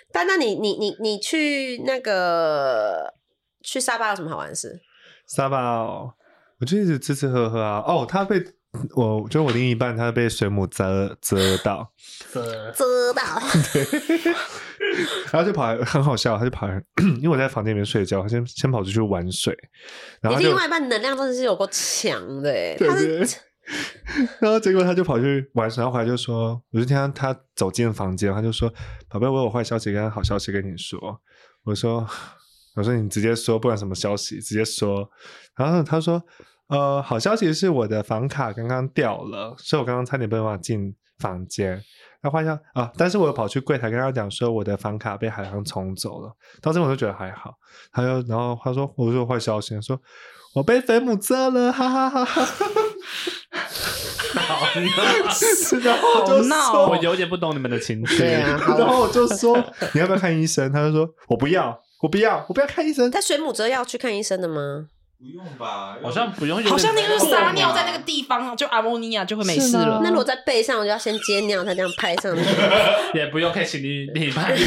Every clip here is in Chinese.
但那你去那个去沙巴有什么好玩的事？ 沙巴哦，我就一直吃吃喝喝啊。哦，他被我就我另一半他被水母蛰到，对，然后就跑来很好笑，他就跑来，因为我在房间里面睡觉，他先跑出去玩水，然后你另外一半能量真的是有够强的耶， 对他是。 然后结果他就跑去玩水，然后回来就说，我就听到他走进房间，他就说：“宝贝，我有坏消息跟好消息跟你说。”我说你直接说，不管什么消息直接说。然后他说：“好消息是我的房卡刚刚掉了，所以我刚刚差点没办法进房间。那坏消啊，但是我有跑去柜台跟他讲说我的房卡被海洋冲走了。当时我就觉得还好。然后他说我说坏消息，说我被水母蛰了，哈哈哈哈。”然后我就说我有点不懂你们的情绪。 对啊， 然后我就说你要不要看医生？他就说我不要看医生。 但水母蛰要去看医生的吗？ 不用吧， 好像不用， 好像那个撒尿在那个地方，就阿莫尼亚就会没事了。 那如果在背上，我就要先接尿，才这样拍上去。 也不用，可以请另一半。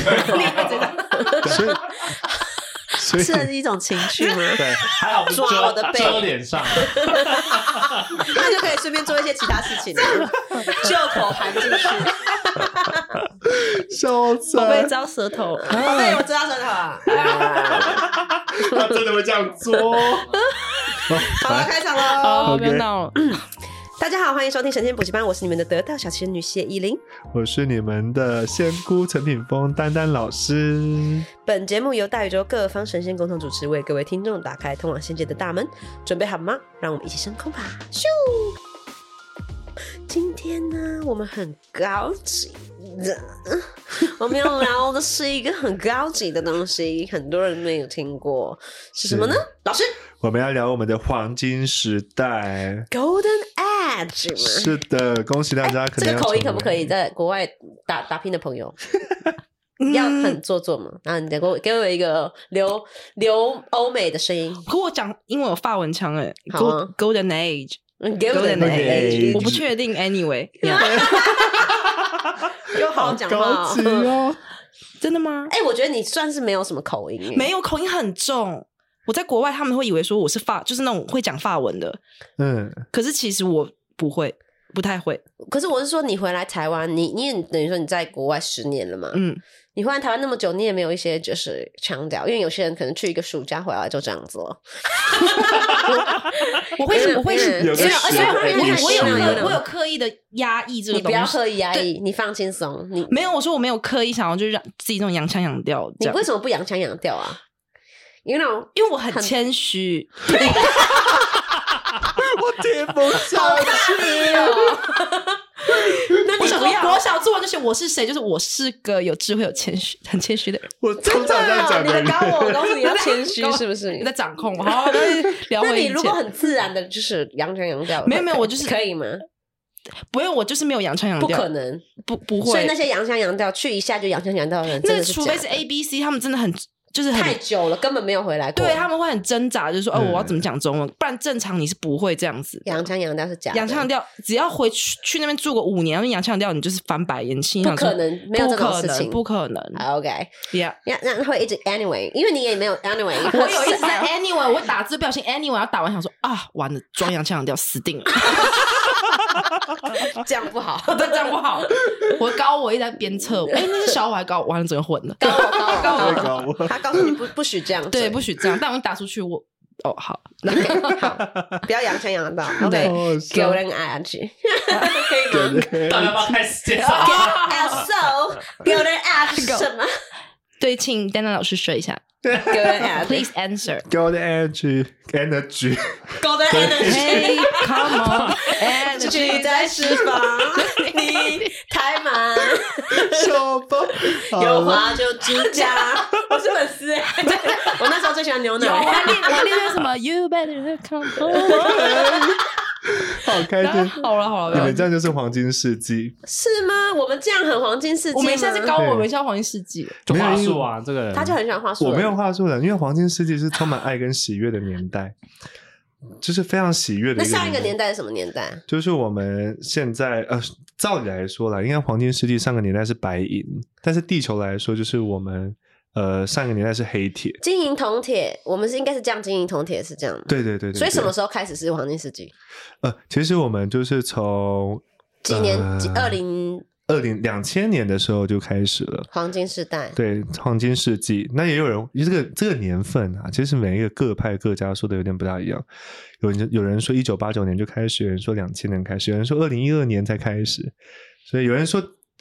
所以是一种情绪吗？ 对，还好不是抓我的背遮脸上， 那就可以顺便做一些其他事情了，就口含进去。 笑死！ 宝贝招舌头， 宝贝，我知道舌头啊。 他真的会这样做。 好了，开场喽！ 好，不要闹了。 大家好，欢迎收听神仙补习班，我是你们的得道小奇人女谢依霖， 我是你们的仙姑陈品峰丹丹老师。 本节目由大宇宙各方神仙共同主持，为各位听众打开通往仙界的大门。准备好吗？让我们一起升空吧！咻！今天呢，我们很高级的，我们要聊的是一个很高级的东西，很多人没有听过，是什么呢？老师， 我们要聊我们的黄金时代 Golden Age 吗？ 是的，恭喜大家！可能这个口音可不可以在国外打拼的朋友？要很做作吗？然后你给我一个留欧美的声音。 可我讲英文有法文腔哎，Golden Age。Golden Age 我不确定 ，anyway， 又好好讲话高级哦！ 真的吗？ 我觉得你算是没有什么口音， 没有口音很重。我在国外他们会以为说我是就是那种会讲法文的，可是其实我不会，不太会。 可是我是说，你回来台湾，你也等于说你在国外10年了嘛，你回来台湾那么久，你也没有一些就是腔调，因为有些人可能去一个暑假回来就这样子了。 我会，我有刻意的压抑这个东西。 你不要刻意压抑，你放轻松。你没有，我说我没有刻意想要就是让自己这种洋腔洋调。 你为什么不洋腔洋调啊？因为我很谦虚。 我听不下去。 那你国小作文就写我是谁，就是我是个有智慧、很谦虚的人。 我通常在讲的， 你在搞我，告诉你要谦虚，是不是？ 你在掌控我。好，聊回以前。 那你如果很自然的，就是洋腔洋调， 没有，我就是可以吗？ 不用，我就是没有洋腔洋调， 不可能， 不会。 所以那些洋腔洋调去一下就洋腔洋调的人， 那除非是 ABC， 他们真的很。就是太久了，根本没有回来过。 对，他们会很挣扎，就是说，我要怎么讲中文？不然正常你是不会这样子。 洋腔洋调是假的， 洋腔洋调只要回去那边住个5年，因为洋腔洋调你就是翻白眼， 不可能，没有这种事情， 不可能。 OK， 那会一直 anyway， 因为你也没有 anyway， 我有一直在 anyway， 我打字不小心 anyway， 然后打完想说完了，装洋腔洋调死定了。 这样不好， 对，这样不好。我一直在鞭策，那是小我还高，完了整个混了。 高我，他告诉你不许这样， 对，不许这样。但我打出去，好， 好，不要洋腔洋调。OK， Golden Age， 可以吗？ 大家要不要开始介绍 ？So Golden Age 什么？ 对，请丹丹老师说一下。 Golden Age， please answer. Golden Energy， Golden Energy， come on， energy 在释放，你太慢，有话就直讲。我是粉丝我那时候最喜欢牛奶。 我还练什么 ？You better come on。 好开心！ 好了， 你们这样就是黄金世纪， 是吗？我们这样很黄金世纪吗？ 我们现在是高我们像黄金世纪， 就话术啊，这个人他就很喜欢话术。 我没有话术的，因为黄金世纪是充满爱跟喜悦的年代。 就是非常喜悦的那上一个年代是什么年代？ 就是我们现在照理来说啦，应该黄金世纪上个年代是白银，但是地球来说，就是我们上一个年代是黑铁， 金银铜铁，我们应该是这样，金银铜铁是这样吗？ 对对对对。 所以什么时候开始是黄金世纪？ 其实我们就是从几年 2000年的时候就开始了黄金世代， 对，黄金世纪。那也有人这个年份啊，其实每一个各派各家说的有点不大一样。有人说1989年就开始，有人说2000年开始，有人说2012年才开始，所以有人说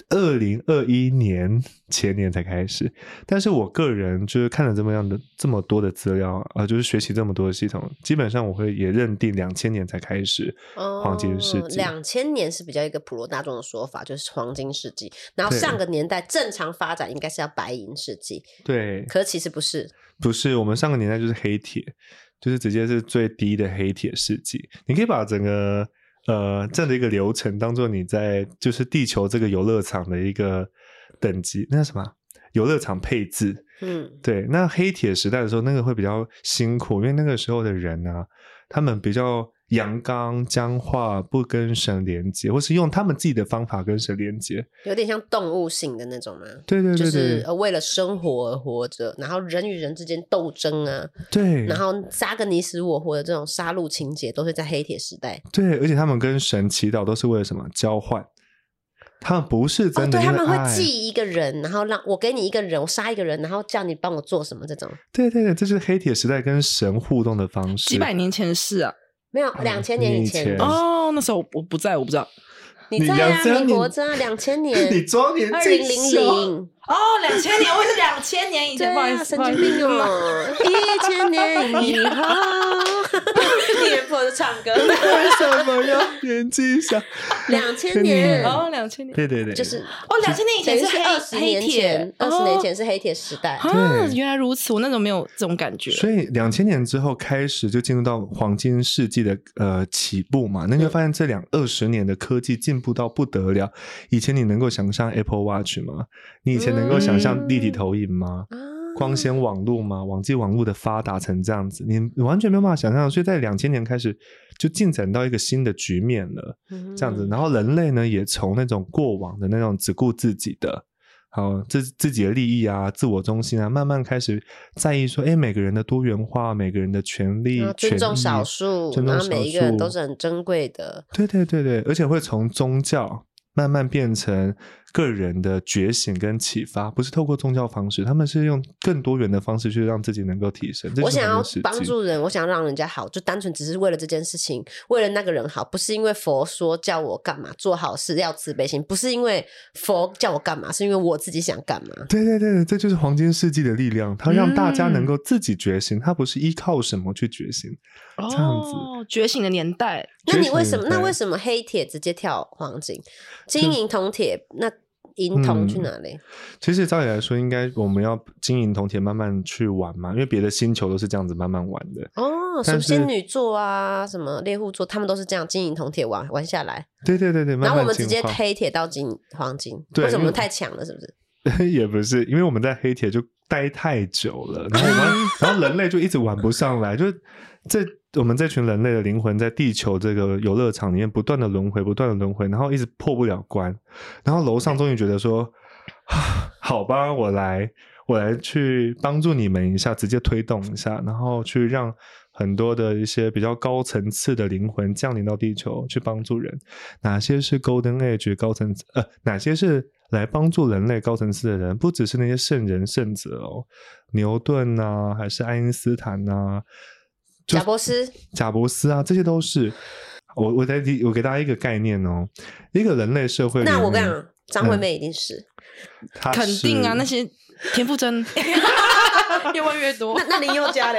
2021年前年才开始。但是我个人就是看了这么多的资料就是学习这么多的系统，基本上我会也认定2000年才开始黄金世纪。 2000年是比较一个普罗大众的说法，就是黄金世纪。然后上个年代正常发展应该是要白银世纪， 对， 可是其实不是， 我们上个年代就是黑铁，就是直接是最低的黑铁世纪。你可以把整个这样的一个流程当做你在就是地球这个游乐场的一个等级，那什么游乐场配置，对。那黑铁时代的时候，那个会比较辛苦，因为那个时候的人啊，他们比较阳刚僵化，不跟神连接，或是用他们自己的方法跟神连接， 有点像动物性的那种吗？ 对对对对， 就是为了生活而活着，然后人与人之间斗争啊， 对， 然后杀个你死我活的这种杀戮情节，都是在黑铁时代。 对，而且他们跟神祈祷都是为了什么？交换。他们不是真的因为爱， 对，他们会记一个人，然后让我给你一个人，我杀一个人，然后叫你帮我做什么这种。 对对对，这就是黑铁时代跟神互动的方式。 几百年前的事啊， 没有2000年以前那时候我不在，我不知道。 你在啊，你活着啊，2000年， 你装年纪小 2000。 2000年，我是2000年以前，不好意思， 神经病哦！1000年以后，你也不是唱歌， 为什么要年纪小 ？2000年 2000年， 对对对， 就是 2000年以前是 20年前，20年前是黑铁时代。 原来如此，我那时候没有这种感觉。 所以2000年之后开始就进入到黄金世纪的起步嘛，那你会发现这20年的科技进步到不得了。以前你能够想象 Apple Watch 吗？你以前能够想象立体投影吗？光纤网络吗？网际网络的发达成这样子，你完全没有办法想象。所以在2000年开始就进展到一个新的局面了，这样子。然后人类呢，也从那种过往的那种只顾自己的自己的利益啊，自我中心啊，慢慢开始在意说，每个人的多元化，每个人的权利， 尊重少数，然后每一个人都是很珍贵的。 对对对对，而且会从宗教慢慢变成个人的觉醒跟启发，不是透过宗教方式，他们是用更多元的方式去让自己能够提升。 我想要帮助人，我想让人家好，就单纯只是为了这件事情，为了那个人好，不是因为佛说叫我干嘛，做好事要慈悲心，不是因为佛叫我干嘛，是因为我自己想干嘛。 对对对，这就是黄金世纪的力量，它让大家能够自己觉醒，它不是依靠什么去觉醒，这样子觉醒的年代。 那你为什么黑铁直接跳黄金，金银铜铁那银铜去哪里？ 其实照理来说，应该我们要金银铜铁慢慢去玩嘛，因为别的星球都是这样子慢慢玩的。 什么仙女座啊，什么猎户座，他们都是这样金银铜铁玩下来。 对对对对，慢慢然后我们直接黑铁到黄金，为什么太强了？是不是？ 也不是，因为我们在黑铁就待太久了，然后人类就一直玩不上来，就我们这群人类的灵魂在地球这个游乐场里面不断的轮回，然后一直破不了关，然后楼上终于觉得说，好吧，我来去帮助你们一下，直接推动一下，然后去让很多的一些比较高层次的灵魂降临到地球去帮助人。哪些是 Golden Age 高层次哪些是来帮助人类高层次的人？不只是那些圣人圣者牛顿啊，还是爱因斯坦啊， 贾伯斯啊，这些都是。我给大家一个概念一个人类社会里面， 那我跟你讲，张惠妹一定是， 肯定啊，那些田馥甄越问越多。 那林宥嘉嘞？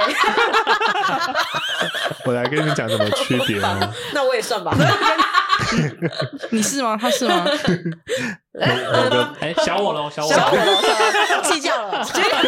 我来跟你讲怎么区别那我也算吧。 你是吗？他是吗？ 小我喽， 气叫了。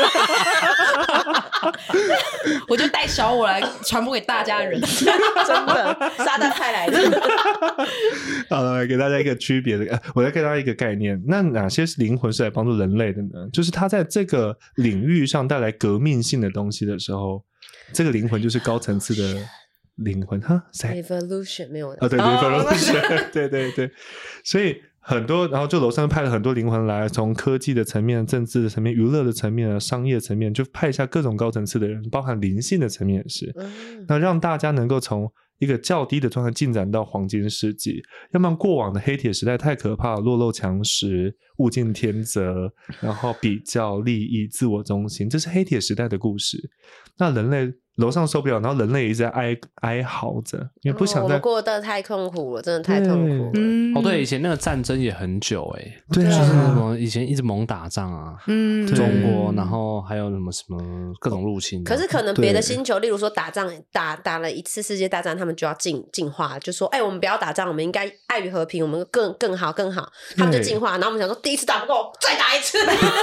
我就带小我来传播给大家的人， 真的撒旦派来的。 好了，给大家一个区别的，我再给大家一个概念。那哪些是灵魂是来帮助人类的呢？就是他在这个领域上带来革命性的东西的时候，这个灵魂就是高层次的灵魂哈，谁 Evolution 没有对 Revolution 对对对，所以很多，然后就楼上派了很多灵魂来，从科技的层面、政治的层面、娱乐的层面、商业层面，就派下各种高层次的人，包含灵性的层面也是。那让大家能够从一个较低的状态进展到黄金世纪，要不然过往的黑铁时代太可怕了，弱肉强食、物竞天择，然后比较利益、自我中心，这是黑铁时代的故事。那人类楼上受不了，然后人类也一直在哀嚎着，因为不想我们过得太痛苦了，真的太痛苦了。 对，以前那个战争也很久对啊， 就是什么以前一直猛打仗啊，中国，然后还有什么各种入侵。 可是可能别的星球，例如说打仗打了一次世界大战，他们就要进化，就说我们不要打仗，我们应该爱与和平，我们更好，他们就进化。然后我们想说，第一次打不够，再打一次，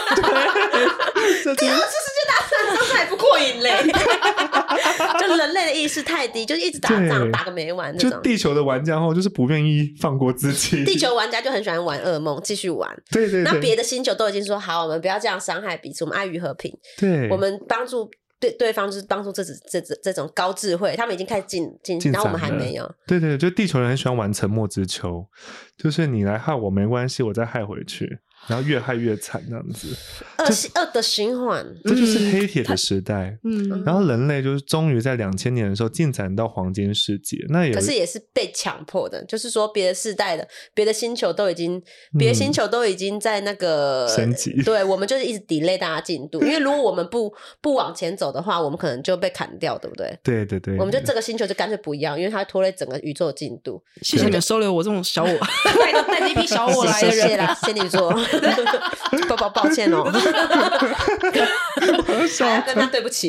第二次世界大战伤害不过瘾嘞。就人类的意识太低，就一直打仗打个没完那种。 就地球的玩家就是不愿意放过自己， 地球玩家就很喜欢玩噩梦，继续玩。 对对对。 那别的星球都已经说好，我们不要这样伤害彼此，我们爱与和平。 对， 我们帮助对方，就是帮助这种高智慧，他们已经开始进，然后我们还没有。 对对，就地球人很喜欢玩沉默之丘，就是你来害我没关系，我再害回去。然后越害越惨这样子， 恶的循环， 这就是黑铁的时代。然后人类就是终于在2000年的时候进展到黄金世纪，那可是也是被强迫的，就是说别的世代的别的星球都已经在那个升级， 对，我们就是一直 delay 大家进度，因为如果我们不往前走的话，我们可能就被砍掉，对不对？ 对对对， 我们就这个星球就干脆不要，因为它会拖累整个宇宙的进度。 谢谢你们收留我这种小我，带着一批小我来的人， 谢谢啦，仙女座。抱歉哦，还要跟他对不起。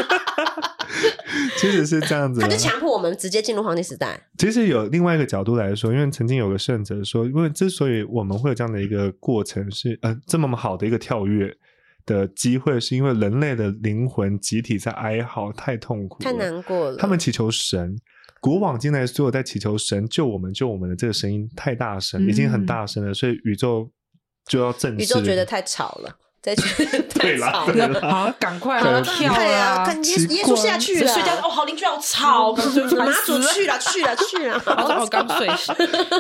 其实是这样子， 他就强迫我们直接进入黄金时代。 其实有另外一个角度来说，因为曾经有个圣者说，因为之所以我们会有这样的一个过程是这么好的一个跳跃的机会，是因为人类的灵魂集体在哀嚎，太痛苦了， 太难过了， 他们祈求神。古往今来所有在祈求神救我们的这个声音太大声，已经很大声了，所以宇宙就要正式。 宇宙觉得太吵了，这群人太吵了， 好，赶快跳啊！ 看耶稣下去了， 睡觉好邻居好吵， 马祖去了， 我刚睡醒。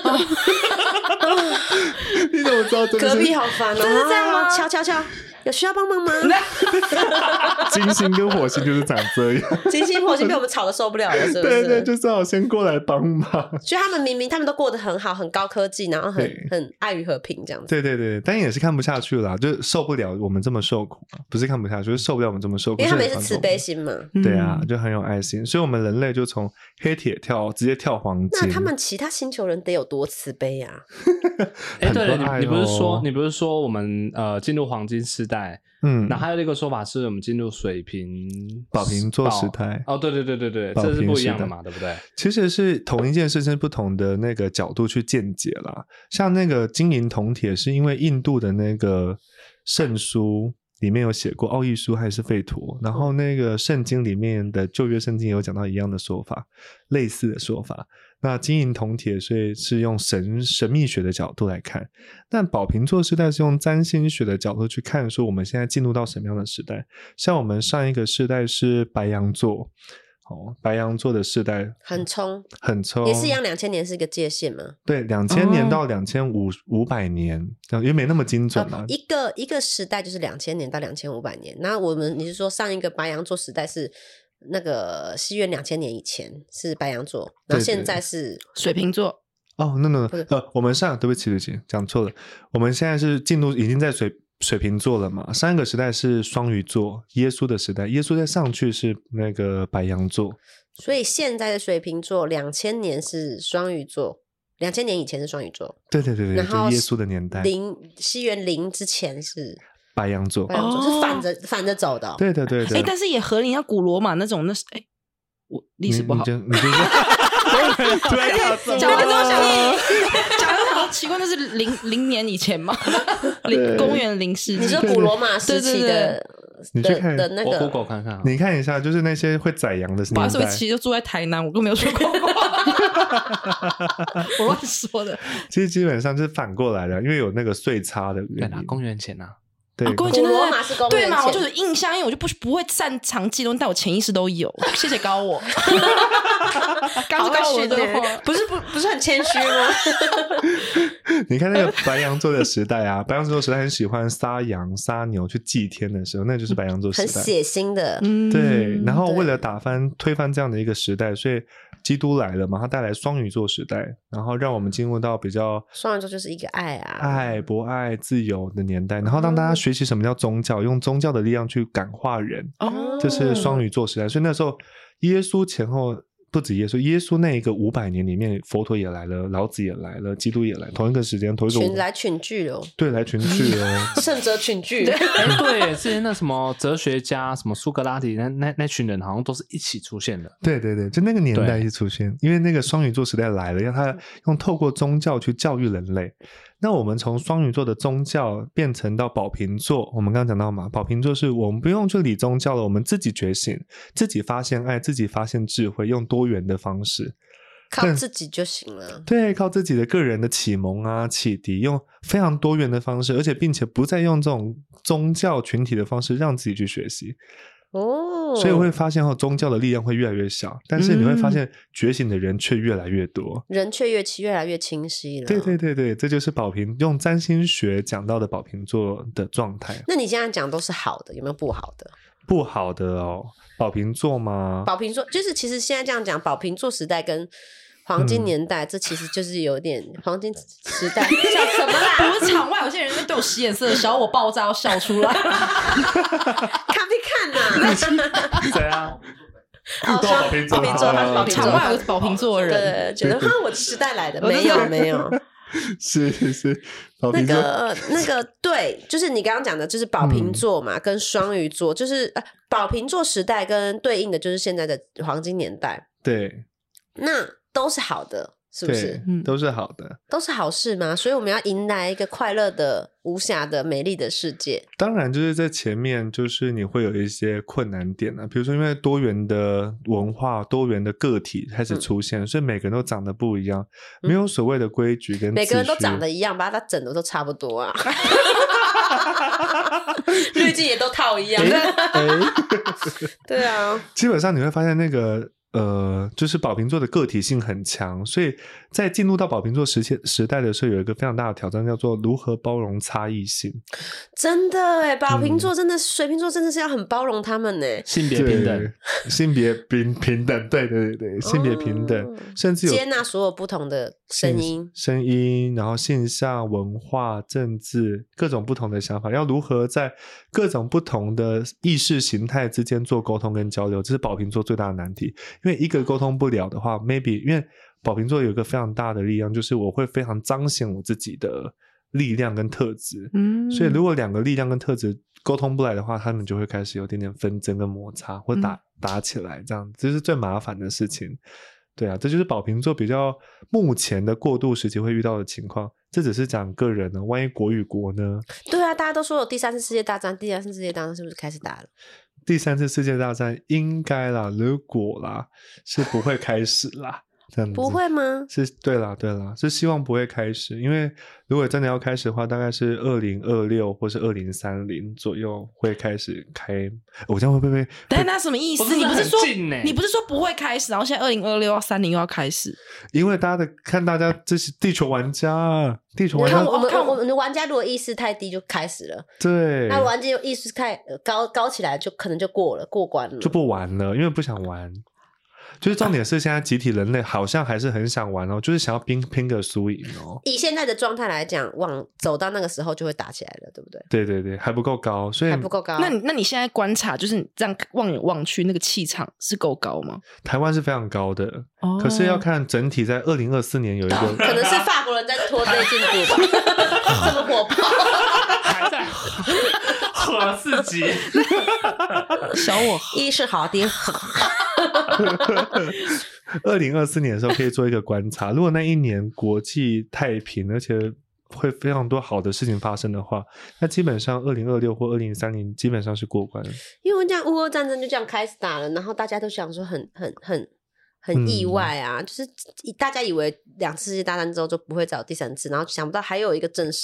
你怎么知道？ 隔壁好烦哦，真的这样吗？敲，有需要帮忙吗？ 金星跟火星就是长这样， 金星火星被我们吵得受不了了，是不是？ 对对，就只好先过来帮忙。 所以他们明明他们都过得很好，很高科技，然后很爱与和平这样子。 对对对，但也是看不下去了，就受不了我们这么受苦，不是看不下去，就是受不了我们这么受苦。 因为他们也是慈悲心嘛。 对啊，就很有爱心，所以我们人类就从黑铁直接跳黄金。 那他们其他星球人得有多慈悲啊？ 对了，你不是说我们进入黄金时代？那还有一个说法是我们进入宝瓶座时代。对，这是不一样的嘛，对不对？ 其实是同一件事情，不同的那个角度去见解啦。像那个金银铜铁，是因为印度的那个圣书里面有写过，奥义书还是吠陀，然后那个圣经里面的旧约圣经有讲到一样的说法，类似的说法。那金银铜铁所以是用神秘学的角度来看，但宝瓶座时代是用占星学的角度去看，说我们现在进入到什么样的时代。像我们上一个世代是白羊座，白羊座的世代很冲， 也是一样，2000年是一个界限嘛？ 对，2000年到2500年，因为没那么精准嘛。 一个时代就是2000年到2500年。那你是说上一个白羊座时代是那个西元2000年以前是白羊座，然后现在是水瓶座。 no，我们对不起讲错了，我们现在是已经在水瓶座了嘛，上一个时代是双鱼座，耶稣的时代，耶稣再上去是那个白羊座， 所以现在的水瓶座2000年是双鱼座，2000年以前是双鱼座， 对， 然后就耶稣的年代， 西元0之前是白羊座， 是反着走的。 对， 但是也合理，像古罗马那种，我历史不好， 你就讲得好奇怪，那是0年以前嘛，公元0世纪。 你说古罗马时期的， 你去看的那个 Google 看看， 你看一下，就是那些会宰羊的年代。 不好意思，我其实就住在台南，我都没有去过。我乱说的。 其实基本上就是反过来的，因为有那个岁差的原因。 公元前啊。 对， 古罗马是公元前， 对嘛？我就有印象，因为我就不会擅长记东西，但我潜意识都有。谢谢高我，刚是高我的话， 不是很谦虚吗？ 你看那个白羊座的时代啊，白羊座时代很喜欢杀羊杀牛去祭天的时候，那就是白羊座时代， 很血腥的。 对，然后为了推翻这样的一个时代，所以基督来了嘛，它带来双鱼座时代，然后让我们进入到比较双鱼座就是一个爱博爱自由的年代，然后让大家学习什么叫宗教，用宗教的力量去感化人，这是双鱼座时代。所以那时候耶稣前后不止耶稣那一个500年里面，佛陀也来了，老子也来了，基督也来，同一个时间，同一个群来群聚哦， 对，来群聚哦， 胜者群聚。 对，之前那什么哲学家，什么苏格拉底那群人，好像都是一起出现的。 对，就那个年代一起出现，因为那个双鱼座时代来了，让他用透过宗教去教育人类。那我们从双鱼座的宗教变成到宝瓶座，我们刚刚讲到嘛，宝瓶座是我们不用去理宗教了，我们自己觉醒，自己发现爱，自己发现智慧，用多元的方式， 靠自己就行了。 对，靠自己的个人的启蒙啊、启迪，用非常多元的方式，而且并且不再用这种宗教群体的方式让自己去学习。所以我会发现宗教的力量会越来越小，但是你会发现觉醒的人却越来越多， 人却越来越清晰了。 对，这就是宝瓶用占星学讲到的宝瓶座的状态。 那你现在讲都是好的，有没有不好的？ 不好的哦，宝瓶座吗？ 宝瓶座就是其实现在这样讲，宝瓶座时代跟黄金年代，这其实就是有点黄金时代。笑什么啦？ 我场外有些人在对我使眼色，小我爆炸要笑出来。 看没看呐？ 谁啊？ 宝瓶座， 场外有宝瓶座的人， 对，觉得我的时代来的，没有。 是宝瓶座那个对，就是你刚刚讲的，就是宝瓶座嘛，跟双鱼座，就是宝瓶座时代跟对应的就是现在的黄金年代。 对， 那都是好的，是不是？ 都是好的， 都是好事吗？所以我们要迎来一个快乐的、无瑕的、美丽的世界。 当然，就是在前面，就是你会有一些困难点啊，比如说因为多元的文化、多元的个体开始出现，所以每个人都长得不一样，没有所谓的规矩跟每个人都长得一样，把它整的都差不多啊。滤镜也都套一样。对啊， 基本上你会发现那个。就是宝瓶座的个体性很强，所以在进入到宝瓶座时代的时候，有一个非常大的挑战，叫做如何包容差异性。 真的耶，宝瓶座真的，水瓶座真的是要很包容他们呢。 性别平等， 性别平等，对，性别平等，甚至有接纳所有不同的声音，然后现象、文化、政治各种不同的想法，要如何在各种不同的意识形态之间做沟通跟交流，这是宝瓶座最大的难题。因为一个沟通不了的话 maybe 因为宝瓶座有一个非常大的力量，就是我会非常彰显我自己的力量跟特质，所以如果两个力量跟特质沟通不来的话，他们就会开始有点纷争跟摩擦，或打起来，这样这是最麻烦的事情。对啊，这就是宝瓶座比较目前的过渡时期会遇到的情况。这只是讲个人呢，万一国与国呢？ 对啊，大家都说有第三次世界大战，第三次世界大战是不是开始打了？ 第三次世界大战应该啦，如果啦是不会开始啦，这样子不会吗？ 是对啦，是希望不会开始，因为如果真的要开始的话，大概是2026或是2030左右会开始开。我这样会不会？ 但那什么意思？你不是说不会开始，然后现在2026到30又要开始？ 因为大家这是地球玩家， 我们的玩家如果意识太低就开始了， 对， 那玩家意识太高起来就可能就过关了， 就不玩了，因为不想玩。就是重点是现在集体人类好像还是很想玩哦，就是想要拼个输赢哦。 以现在的状态来讲，走到那个时候就会打起来了，对不对？ 对，还不够高，所以还不够高。 那你现在观察，就是你这样望眼望去，那个气场是够高吗？ 台湾是非常高的，可是要看整体在2024年有一个， 可能是法国人在拖这进度吧，这么火爆， 还在火四级， 小我意识好低。 2024年的时候可以做一个观察，如果那一年国际太平，而且会非常多好的事情发生的话，那基本上2026或2030基本上是过关。 因为这样乌俄战争就这样开始打了，然后大家都想说很意外啊，就是大家以为2次世界大战之后就不会再有第3次，然后想不到还有一个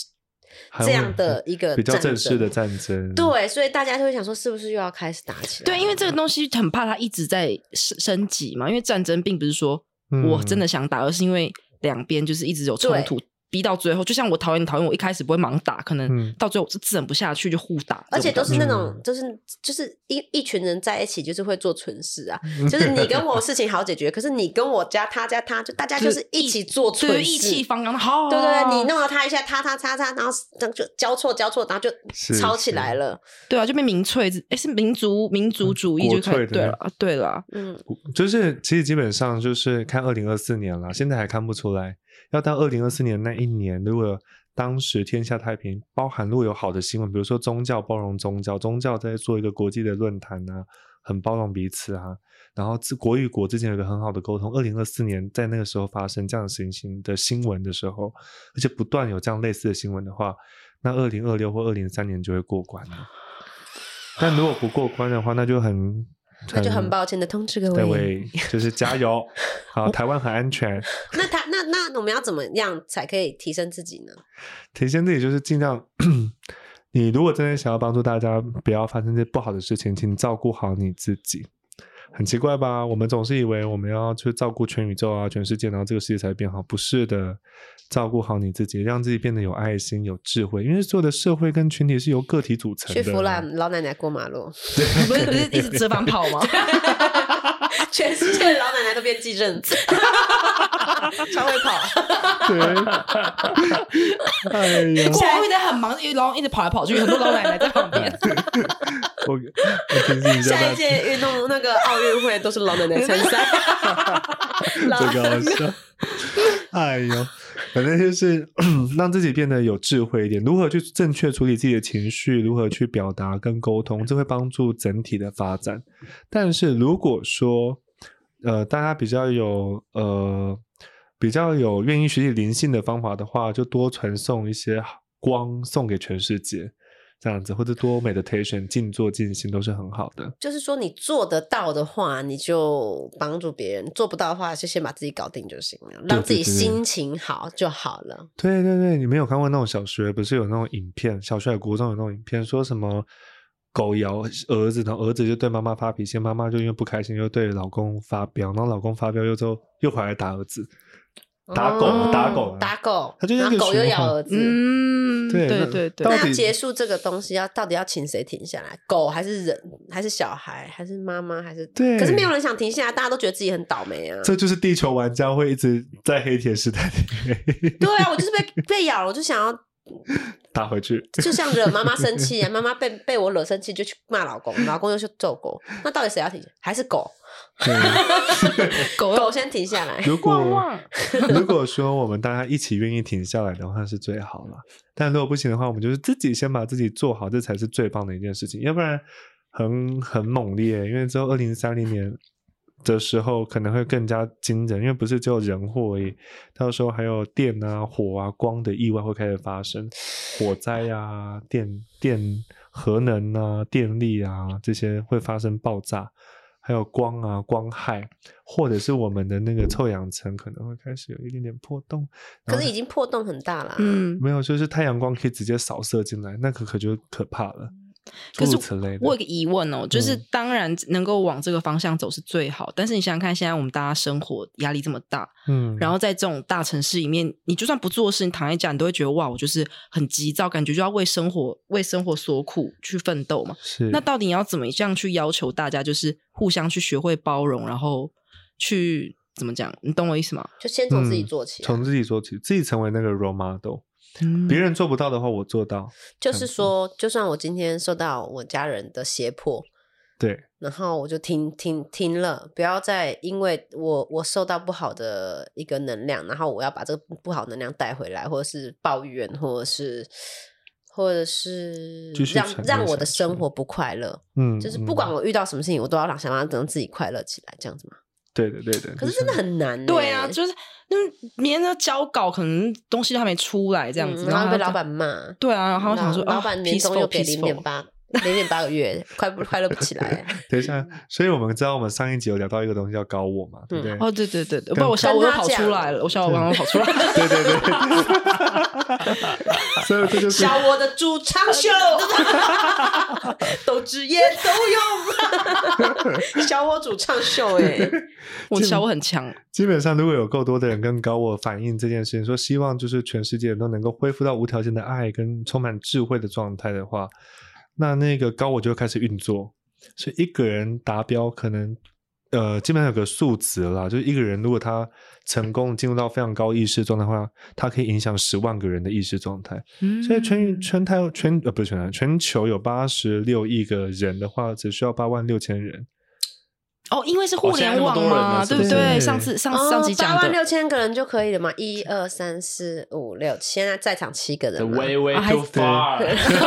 这样的一个比较正式的战争。 对，所以大家就会想说是不是又要开始打起来。 对，因为这个东西很怕它一直在升级嘛，因为战争并不是说我真的想打，而是因为两边就是一直有冲突，逼到最后，就像我讨厌，我一开始不会盲打，可能到最后我是忍不下去就互打， 而且都是那种就是一群人在一起，就是会做蠢事啊，就是你跟我事情好解决，可是你跟我加他加他，就大家就是一起做蠢事， 意气方刚，好， 对对对，你弄了他一下，他，然后就交错，然后就吵起来了， 对啊，就变民粹，是民族主义就开始，对了， 就是其实基本上就是看2024年了，现在还看不出来。要到2024年那一年，如果当时天下太平，包含如果有好的新闻，比如说宗教包容宗教在做一个国际的论坛啊，很包容彼此啊，然后国与国之间有一个很好的沟通。2024年在那个时候发生这样情形的新闻的时候，而且不断有这样类似的新闻的话，那2026或2023年就会过关了。但如果不过关的话，那就很抱歉的通知各位，就是加油好，台湾很安全。 那我们要怎么样才可以提升自己呢？ 提升自己就是尽量你如果真的想要帮助大家不要发生这些不好的事情，请照顾好你自己。很奇怪吧，我们总是以为我们要去照顾全宇宙啊全世界，然后这个世界才会变好，不是的。照顾好你自己，让自己变得有爱心有智慧，因为所有的社会跟群体是由个体组成的。 去扶老奶奶过马路不是一直折返跑吗？ 全世界的老奶奶都变继任者超会跑。 对哎呀， 国王会在很忙，然后一直跑来跑去，很多老奶奶在旁边。 我提醒一下， 下一届运动那个奥运会都是老奶奶参赛。 这个好笑。哎呦，反正就是让自己变得有智慧一点，如何去正确处理自己的情绪，如何去表达跟沟通，这会帮助整体的发展。但是如果说大家比较有愿意学习灵性的方法的话，就多传送一些光送给全世界，这样子，或者多 meditation 静坐静心都是很好的。 就是说你做得到的话你就帮助别人，做不到的话就先把自己搞定就行了，让自己心情好就好了。 对对对，你没有看过那种小学不是有那种影片，小学国中有那种影片说什么狗咬儿子，然后儿子就对妈妈发脾气，妈妈就因为不开心又对老公发飙，然后老公发飙又回来打儿子，打狗，他就然后狗又咬儿子。 对， 那要结束这个东西到底要请谁停下来？狗还是人还是小孩还是妈妈还是？对，可是没有人想停下来，大家都觉得自己很倒霉啊。 这就是地球玩家会一直在黑铁时代里。 对啊，我就是被咬了，我就想要打回去， 就像惹妈妈生气啊，妈妈被我惹生气就去骂老公，老公又去揍狗，那到底谁要停下？还是狗？狗先停下来。 如果说我们大家一起愿意停下来的话是最好了，但如果不行的话，我们就是自己先把自己做好，这才是最棒的一件事情。要不然很猛烈，因为之后2030年的时候可能会更加惊人，因为不是只有人祸而已，到时候还有电啊火啊光的意外会开始发生，火灾啊电核能啊电力啊这些会发生爆炸，还有光啊光害，或者是我们的那个臭氧层可能会开始有一点点破洞， 可是已经破洞很大了。 没有，就是太阳光可以直接扫射进来，那可就可怕了。 可是我有个疑问哦，就是当然能够往这个方向走是最好，但是你想想看，现在我们大家生活压力这么大，然后在这种大城市里面，你就算不做事，你躺在家，你都会觉得哇，我就是很急躁，感觉就要为生活所苦去奋斗嘛。 是， 那到底你要怎么样去要求大家，就是互相去学会包容，然后去怎么讲？你懂我意思吗？ 就先从自己做起， 从自己做起，自己成为那个 role model。别人做不到的话我做到， 就是说就算我今天受到我家人的胁迫， 对， 然后我就停了，不要再因为我受到不好的一个能量，然后我要把这个不好能量带回来，或者是抱怨，或者是让我的生活不快乐。就是不管我遇到什么事情，我都要想办法让自己快乐起来，这样子嘛。 对的。 可是真的很难。 对啊，就是别人的交稿可能东西都还没出来这样子， 然后被老板骂。 对啊，然后想说老板年终又给0.8 0.8个月，快乐不起来。 等一下，所以我们知道我们上一集有聊到一个东西叫高我嘛，对不对？ 哦，对对对，不然我小我又跑出来了，我小我刚刚跑出来。 对对对。所以这就是小我的主唱秀，斗智也斗勇。小我主唱秀， 我小我很强。 基本上，如果有够多的人跟高我反映这件事情，说希望就是全世界人都能够恢复到无条件的爱跟充满智慧的状态的话，那个高我就会开始运作。所以一个人达标可能基本上有个数值啦，就是一个人如果他成功进入到非常高意识状态的话，他可以影响10万个人的意识状态。所以全球有86亿个人的话，只需要86000人。 哦，因为是互联网嘛，对不对？上集讲的 86000个人就可以了嘛？1、2、3、4、5、6，现在在场7个人嘛。 Way too far。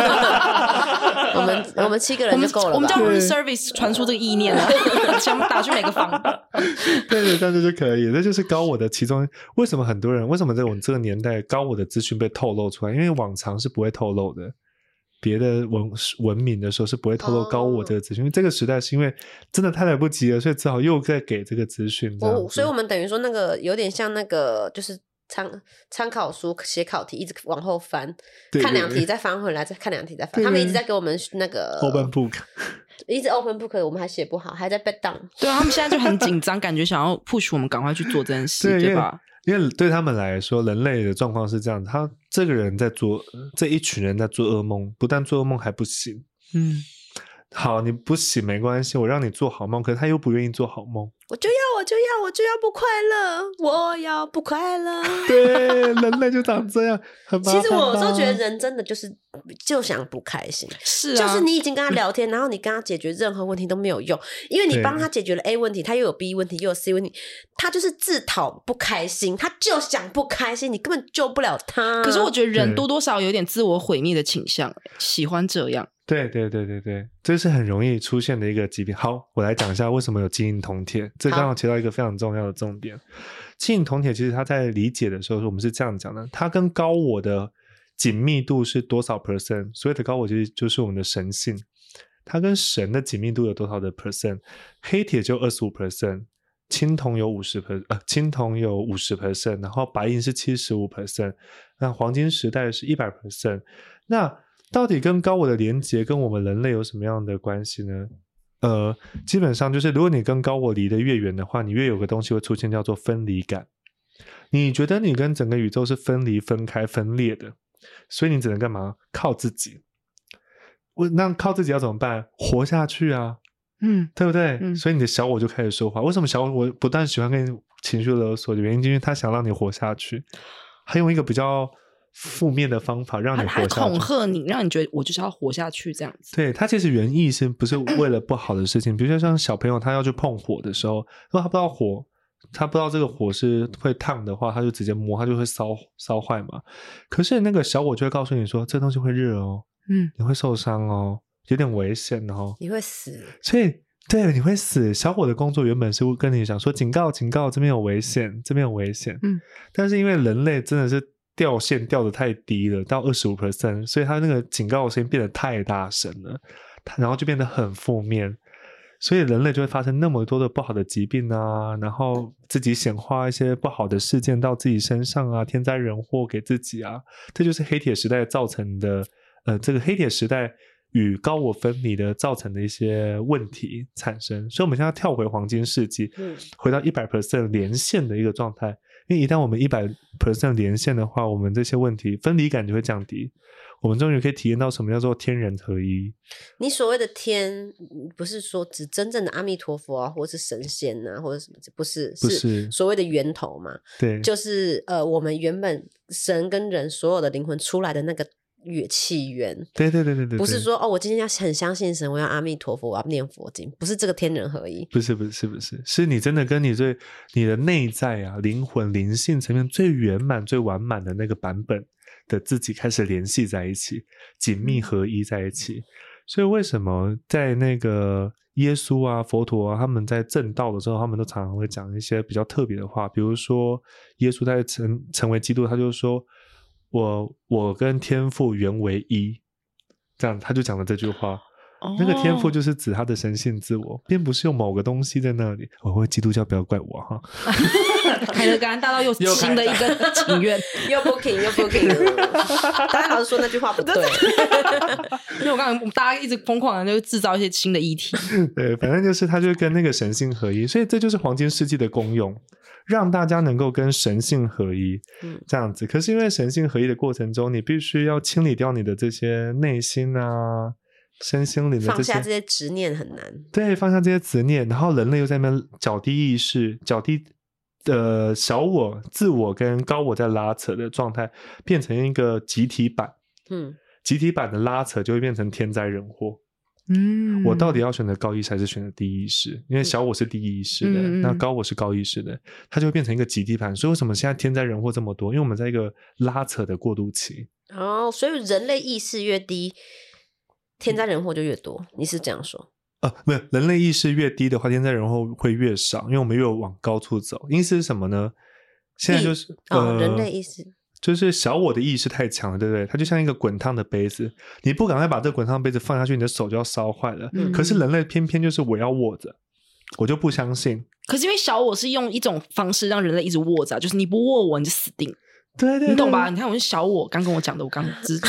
我们7个人就够了吧。 我们叫 Reservice 传出这个意念了，想打去每个房。 对，这样就可以。这就是高我的其中，为什么很多人，为什么在我们这个年代，高我的资讯被透露出来？因为往常是不会透露的。别的文明的时候是不会透露高我这个资讯，因为这个时代是因为真的太来不及了，所以只好又在给这个资讯。 所以我们等于说那个有点像那个就是参考书写考题，一直往后翻，看2题再翻回来，再看2题再翻。他们一直在给我们那个 open book， 一直 open book， 我们还写不好，还在被当。 对啊，他们现在就很紧张，感觉想要 push 我们赶快去做这件事，对吧？ 因为对他们来说，人类的状况是这样，他这个人在做，这一群人在做噩梦，不但做噩梦还不行。好，你不行没关系，我让你做好梦，可是他又不愿意做好梦。 我就要不快乐，我要不快乐。 对，人类就长这样。 其实我有时候觉得人真的就想不开心。 是啊， 就是你已经跟他聊天，然后你跟他解决任何问题都没有用，因为你帮他解决了 A 问题，他又有 B 问题，又有 C 问题，他就是自讨不开心，他就想不开心，你根本救不了他。 可是我觉得人多多少少有点自我毁灭的倾向，喜欢这样。 对，这是很容易出现的一个疾病。好，我来讲一下为什么有基因铜铁，这刚好提到一个非常重要的重点。基因铜铁其实它在理解的时候，我们是这样讲的，它跟高我的紧密度是多少 %， 所谓的高我其实就是我们的神性，它跟神的紧密度有多少的 %， 黑铁就 25%， 青铜有 50%， 然后白银是 75%， 那黄金时代是 100%。 那到底跟高我的连结跟我们人类有什么样的关系呢？基本上就是如果你跟高我离得越远的话，你越有个东西会出现叫做分离感。你觉得你跟整个宇宙是分离、分开、分裂的，所以你只能干嘛？靠自己。那靠自己要怎么办？活下去啊，对不对？所以你的小我就开始说话。为什么小我不但喜欢跟你情绪勒索的原因，因为他想让你活下去，还用一个比较负面的方法让你活下去， 他恐吓你，让你觉得我就是要活下去这样子。 对，他其实原意是不是为了不好的事情？比如说像小朋友他要去碰火的时候，如果他不知道火，他不知道这个火是会烫的话，他就直接摸，他就会烧坏嘛。可是那个小我就会告诉你说，这东西会热哦，你会受伤哦，有点危险哦， 你会死。 所以对，你会死。小我的工作原本是跟你讲说，警告，这边有危险，这边有危险。但是因为人类真的是掉线掉得太低了，到 25%， 所以他那个警告的声音变得太大声了，然后就变得很负面，所以人类就会发生那么多的不好的疾病啊，然后自己显化一些不好的事件到自己身上啊，天灾人祸给自己啊，这就是黑铁时代造成的这个黑铁时代与高我分离的造成的一些问题产生。所以我们现在跳回黄金世纪，回到 100% 连线的一个状态，因为一旦我们 100% 连线的话，我们这些问题分离感就会降低，我们终于可以体验到什么叫做天人合一。 你所谓的天不是说指真正的阿弥陀佛啊，或是神仙啊，或者什么，不是所谓的源头嘛？ 对， 就是我们原本神跟人所有的灵魂出来的那个起源。对，不是说我今天要很相信神，我要阿弥陀佛，我要念佛经，不是这个天人合一。 不是，是你真的跟你的内在啊，灵魂灵性层面最圆满最完满的那个版本的自己开始联系在一起，紧密合一在一起。所以为什么在那个耶稣啊佛陀啊他们在证道的时候，他们都常常会讲一些比较特别的话，比如说耶稣在成为基督，他就说我跟天父原为一，这样他就讲了这句话。 那个天赋就是指他的神性自我，并不是有某个东西在那里。我会基督教不要怪我哈。 凯德刚刚大到又新的一个请愿， 又 booking。当然老师说那句话不对， 因为我刚刚大家一直疯狂的就制造一些新的议题。 对，反正就是他就跟那个神性合一，所以这就是黄金世纪的功用。让大家能够跟神性合一，这样子。可是因为神性合一的过程中，你必须要清理掉你的这些内心啊、身心灵的放下这些执念很难。 对，放下这些执念，然后人类又在那边较低意识、较低小我、自我跟高我在拉扯的状态，变成一个集体版。集体版的拉扯就会变成天灾人祸。我到底要选择高意识还是选择低意识？因为小我是低意识的，那高我是高意识的，它就会变成一个集体盘。所以为什么现在天灾人祸这么多？因为我们在一个拉扯的过渡期。 所以人类意识越低，天灾人祸就越多。你是这样说？ 没有，人类意识越低的话，天灾人祸会越少，因为我们越往高处走。意思是什么呢？现在就是人类意识。 就是小我的意识太强了，对不对？它就像一个滚烫的杯子，你不赶快把这个滚烫的杯子放下去，你的手就要烧坏了。可是人类偏偏就是我要握着，我就不相信。 可是因为小我是用一种方式让人类一直握着，就是你不握我你就死定。 对， 你懂吧？你看我是小我刚跟我讲的，我刚知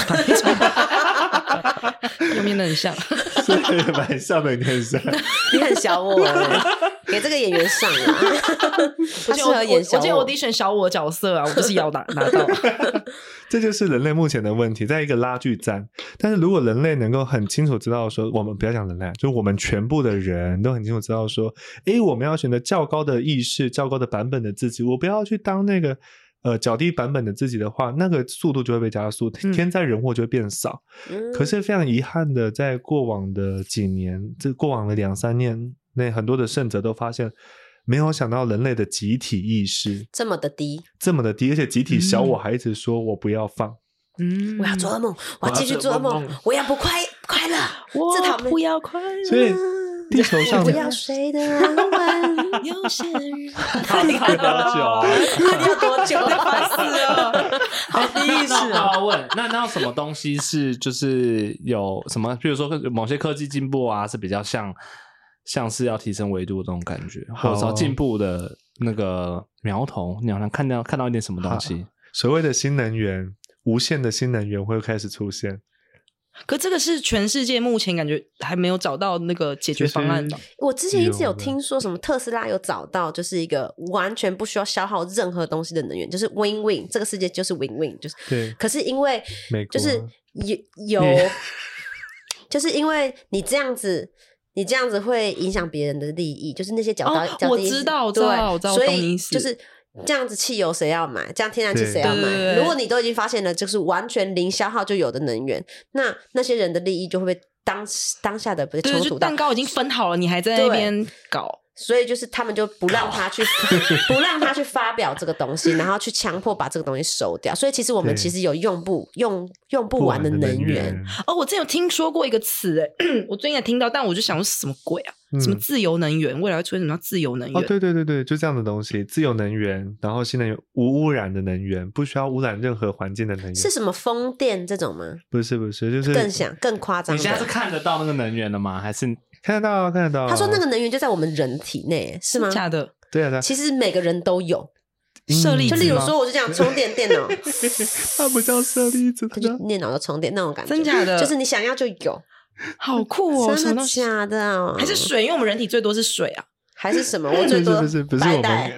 有没有很像？ 所以蛮像的，你很像， 你很小我给这个演员上啊！他适合演小我。 我记得我第一选小我角色啊，我就是要拿到。 这就是人类目前的问题，在一个拉锯战。但是如果人类能够很清楚知道说，我们不要讲人类，就我们全部的人都很清楚知道说，我们要选择较高的意识、较高的版本的自己，我不要去当那个较低版本的自己的话，那个速度就会被加速，天灾人祸就会变少。可是非常遗憾的，在过往的几年，这过往的2-3年内，很多的圣者都发现，没有想到人类的集体意识这么的低， 而且集体小我还一直说我不要放。 我要做噩梦，我要继续做噩梦，我要不快乐， 我不要快乐。 所以地球上不要睡得安稳，有些人他要多久？ 他要多久？ 烦死了！ 好低意识啊！我要问，那什么东西是就是有什么？比如说某些科技进步啊，是比较像是要提升维度的这种感觉，或者说进步的那个苗头，你好像看到一点什么东西。 所谓的新能源，无限的新能源会开始出现。 可这个是全世界目前感觉还没有找到那个解决方案吧？ 我之前一直有听说什么特斯拉有找到，就是一个完全不需要消耗任何东西的能源，就是 win-win， 这个世界就是 win-win， 就是对。 可是因为就是有就是因为你这样子会影响别人的利益，就是那些我知道， 所以就是这样子汽油谁要买？这样天然气谁要买？如果你都已经发现了，就是完全零消耗就有的能源，那些人的利益就会被当下的被冲突到。 蛋糕已经分好了，你还在那边搞。 所以就是他们就不让他去发表这个东西，然后去强迫把这个东西收掉。所以其实我们其实有用不完的能源。 我之前有听说过一个词，我最近也听到，但我就想说什么鬼啊？什么自由能源？未来会出现什么叫自由能源？ 对，就这样的东西，自由能源，然后新能源，无污染的能源，不需要污染任何环境的能源。 是什么风电这种吗？ 不是，就是更夸张。 你现在是看得到那个能源了吗？还是看得到？ 他说那个能源就在我们人体内，是吗？ 假的？ 对啊， 其实每个人都有。 舍利子， 就例如说，我就讲充电电脑， 它不叫舍利子，它就电脑的充电那种感觉， 真假的？ 就是你想要就有。 好酷哦！ 真的假的？ 还是水？因为我们人体最多是水啊， 还是什么？我最多不是白带。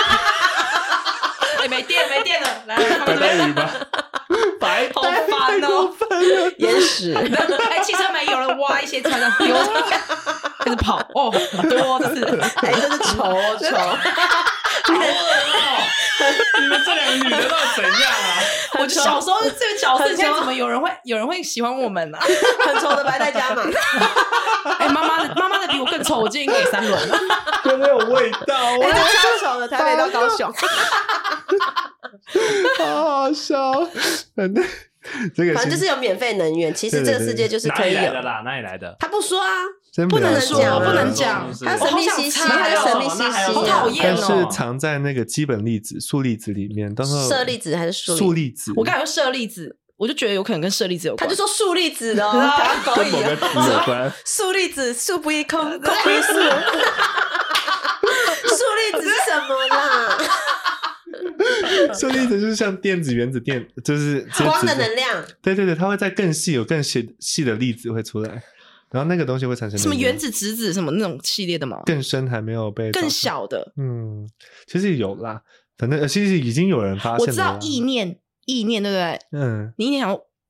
没电了，来白带鱼吧。 白好烦哦， 淹屎。 汽车没有人挖一些菜上丢，开始跑很多这是， 真是丑。 好恶哦！你们这两个女的到底怎样啊？ 我小时候这个角色，现在怎么有人会喜欢我们啊？ 很丑的白带家嘛。 妈妈的比我更丑，我今天给3轮了， 有没有味道？ 超丑的，台北到高雄， 好好笑。反正就是有免费能源，其实这个世界就是可以有。 哪里来的？ 他不说啊。 不能讲，不能讲， 还有神秘兮兮，还有神秘兮兮， 好讨厌哦！ 但是藏在那个基本粒子、素粒子里面，到时候舍利子还是素粒子？ 我刚才说舍利子， 我就觉得有可能跟舍利子有关。 他就说树粒子的哦， 跟某个词有关。 树粒子，树不异空，空不异树。树粒子是什么啦？ 树粒子就是像电子、原子、就是光的能量。 对对对，它会在更细，有更细的粒子会出来，然后那个东西会产生什么原子、质子什么那种系列的吗？ 更深还没有被更小的。 其实有啦，反正其实已经有人发现了。 我知道意念对不对？你意念想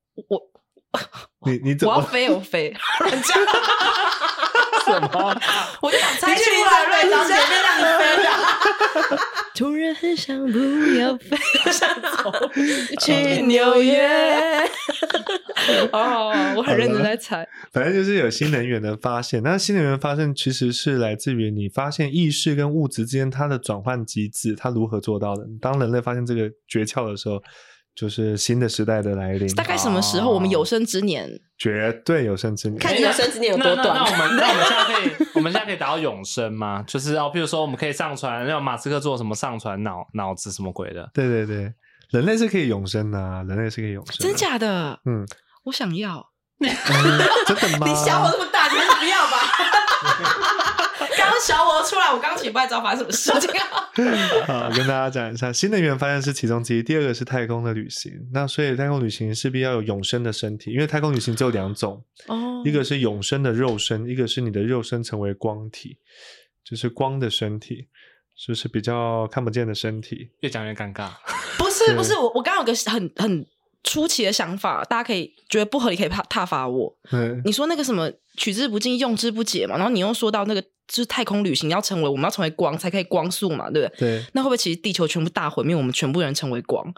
你怎么我要飞，我飞，乱讲。 什么？ 我就想猜出来，瑞找前面让你飞的。突然很想不要飞，想走去纽约。我很认真在猜。 反正就是有新能源的发现，那新能源发现其实是来自于你发现意识跟物质之间它的转换机制，它如何做到的。当人类发现这个诀窍的时候，就是新的时代的来临。 大概什么时候？我们有生之年， 绝对有生之年。 看你有生之年有多短。 那我们现在可以达到永生吗？就是譬如说我们可以上传，像马斯克做什么上传脑子什么鬼的？ 对对对，人类是可以永生的啊，人类是可以永生的。 真假的？我想要。 真的吗？ 你小我这么大，你还是不要吧。 刚小我出来，我刚起不知道发生什么事情。 好，跟大家讲一下，新能源发现是其中之一，第二个是太空的旅行。那所以太空旅行势必要有永生的身体，因为太空旅行只有2种，一个是永生的肉身，一个是你的肉身成为光体，就是光的身体，就是比较看不见的身体。 越讲越尴尬。 不是，我刚刚有个很出奇的想法，大家可以觉得不合理，可以挞伐我。你说那个什么取之不尽用之不竭嘛，然后你又说到那个就是太空旅行我们要成为光才可以光速嘛，对不对？ 对。 那会不会其实地球全部大毁灭，我们全部人成为光？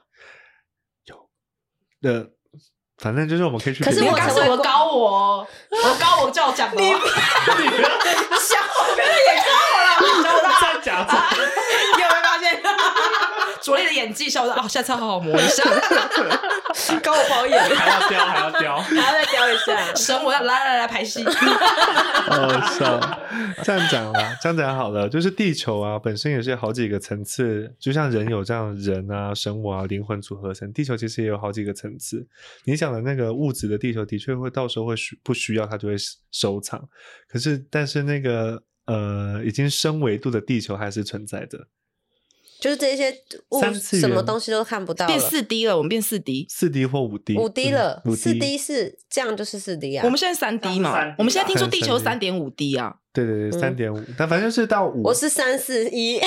有。反正就是我们可以去。 可是我刚是我高我叫我讲的。你不要想我刚刚也高我了， 再讲。 你有没有发现？拙劣的演技，笑到下次要好好磨一下。高我包演， 还要雕， 还要再雕一下。 神，我要来排戏。 笑，这样讲好了，就是地球啊，本身也是有好几个层次，就像人有这样人啊、生物啊、灵魂组合成，地球其实也有好几个层次。你讲的那个物质的地球，的确会到时候会不需要它就会收藏，但是那个已经深维度的地球还是存在的。 就是这些什么东西都看不到了， 变4D 了，我们变4D 或5D 5D 了，4D 是这样，就是 4D 啊。 我们现在3D 嘛，我们现在听说地球 3.5D 啊。 对对对，3.5，但反正就是到5。 我是341。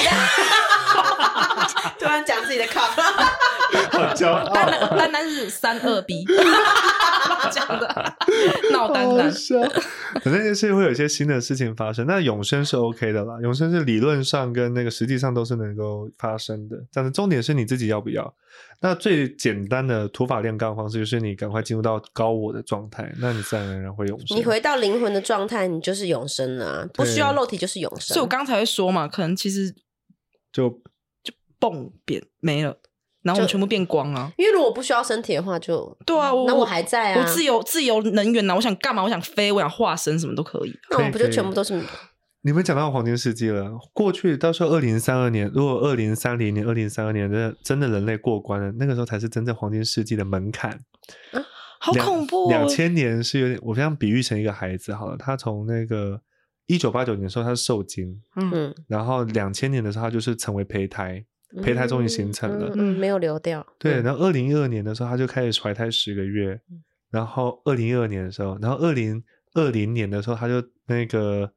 突然讲自己的 cup。 好骄傲。 丹是32B。讲的闹丹， 反正就是会有一些新的事情发生。那永生是 OK 的啦，永生是理论上跟那个实际上都是能够发生的，但是重点是你自己要不要。那最简单的土法炼钢方式就是你赶快进入到高我的状态，那你自然而然会永生。 你回到灵魂的状态，你就是永生了啊，不需要肉体就是永生。 所以我刚才会说嘛，可能其实就蹦扁没了。然后我们全部变光啊！ 因为如果不需要身体的话就， 对啊， 那我还在啊， 我自由能源啊，我想干嘛？我想飞，我想化身，什么都可以。 那我们不就全部都是？ 你们讲到黄金世纪了，过去到时候2032年，如果2030年、2032年真的人类过关了，那个时候才是真正黄金世纪的门槛。 啊，好恐怖 ！2000年是有点，我这样比喻成一个孩子好了，他从那个1989年的时候他是受精，然后2000年的时候他就是成为胚胎。胚胎终于形成了， 没有流掉。 对，然后2012年的时候，他就开始怀胎10个月，然后2012年的时候，然后2020年的时候，他就那个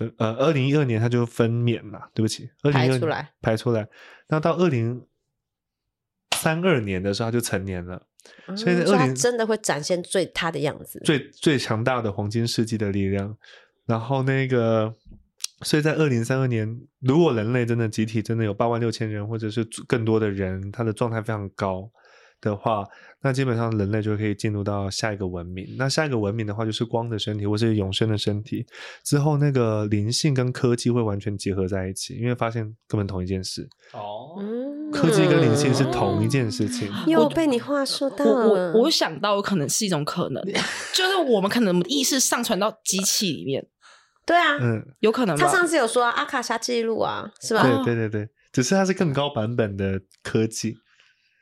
2012年他就分娩嘛，对不起，2012排出来，然后到2032年的时候他就成年了，所以他真的会展现他的样子， 最强大的黄金世纪的力量，然后那个。所以在2032年，如果人类真的集体真的有86000人，或者是更多的人，他的状态非常高的话，那基本上人类就可以进入到下一个文明。那下一个文明的话，就是光的身体，或是永生的身体。之后那个灵性跟科技会完全结合在一起，因为发现根本同一件事。科技跟灵性是同一件事情。 又被你话说到了。 我想到可能是一种可能，就是我们可能意识上传到机器里面。 对啊， 有可能吧。 他上次有说阿卡莎记录啊，是吧？ 对，只是它是更高版本的科技。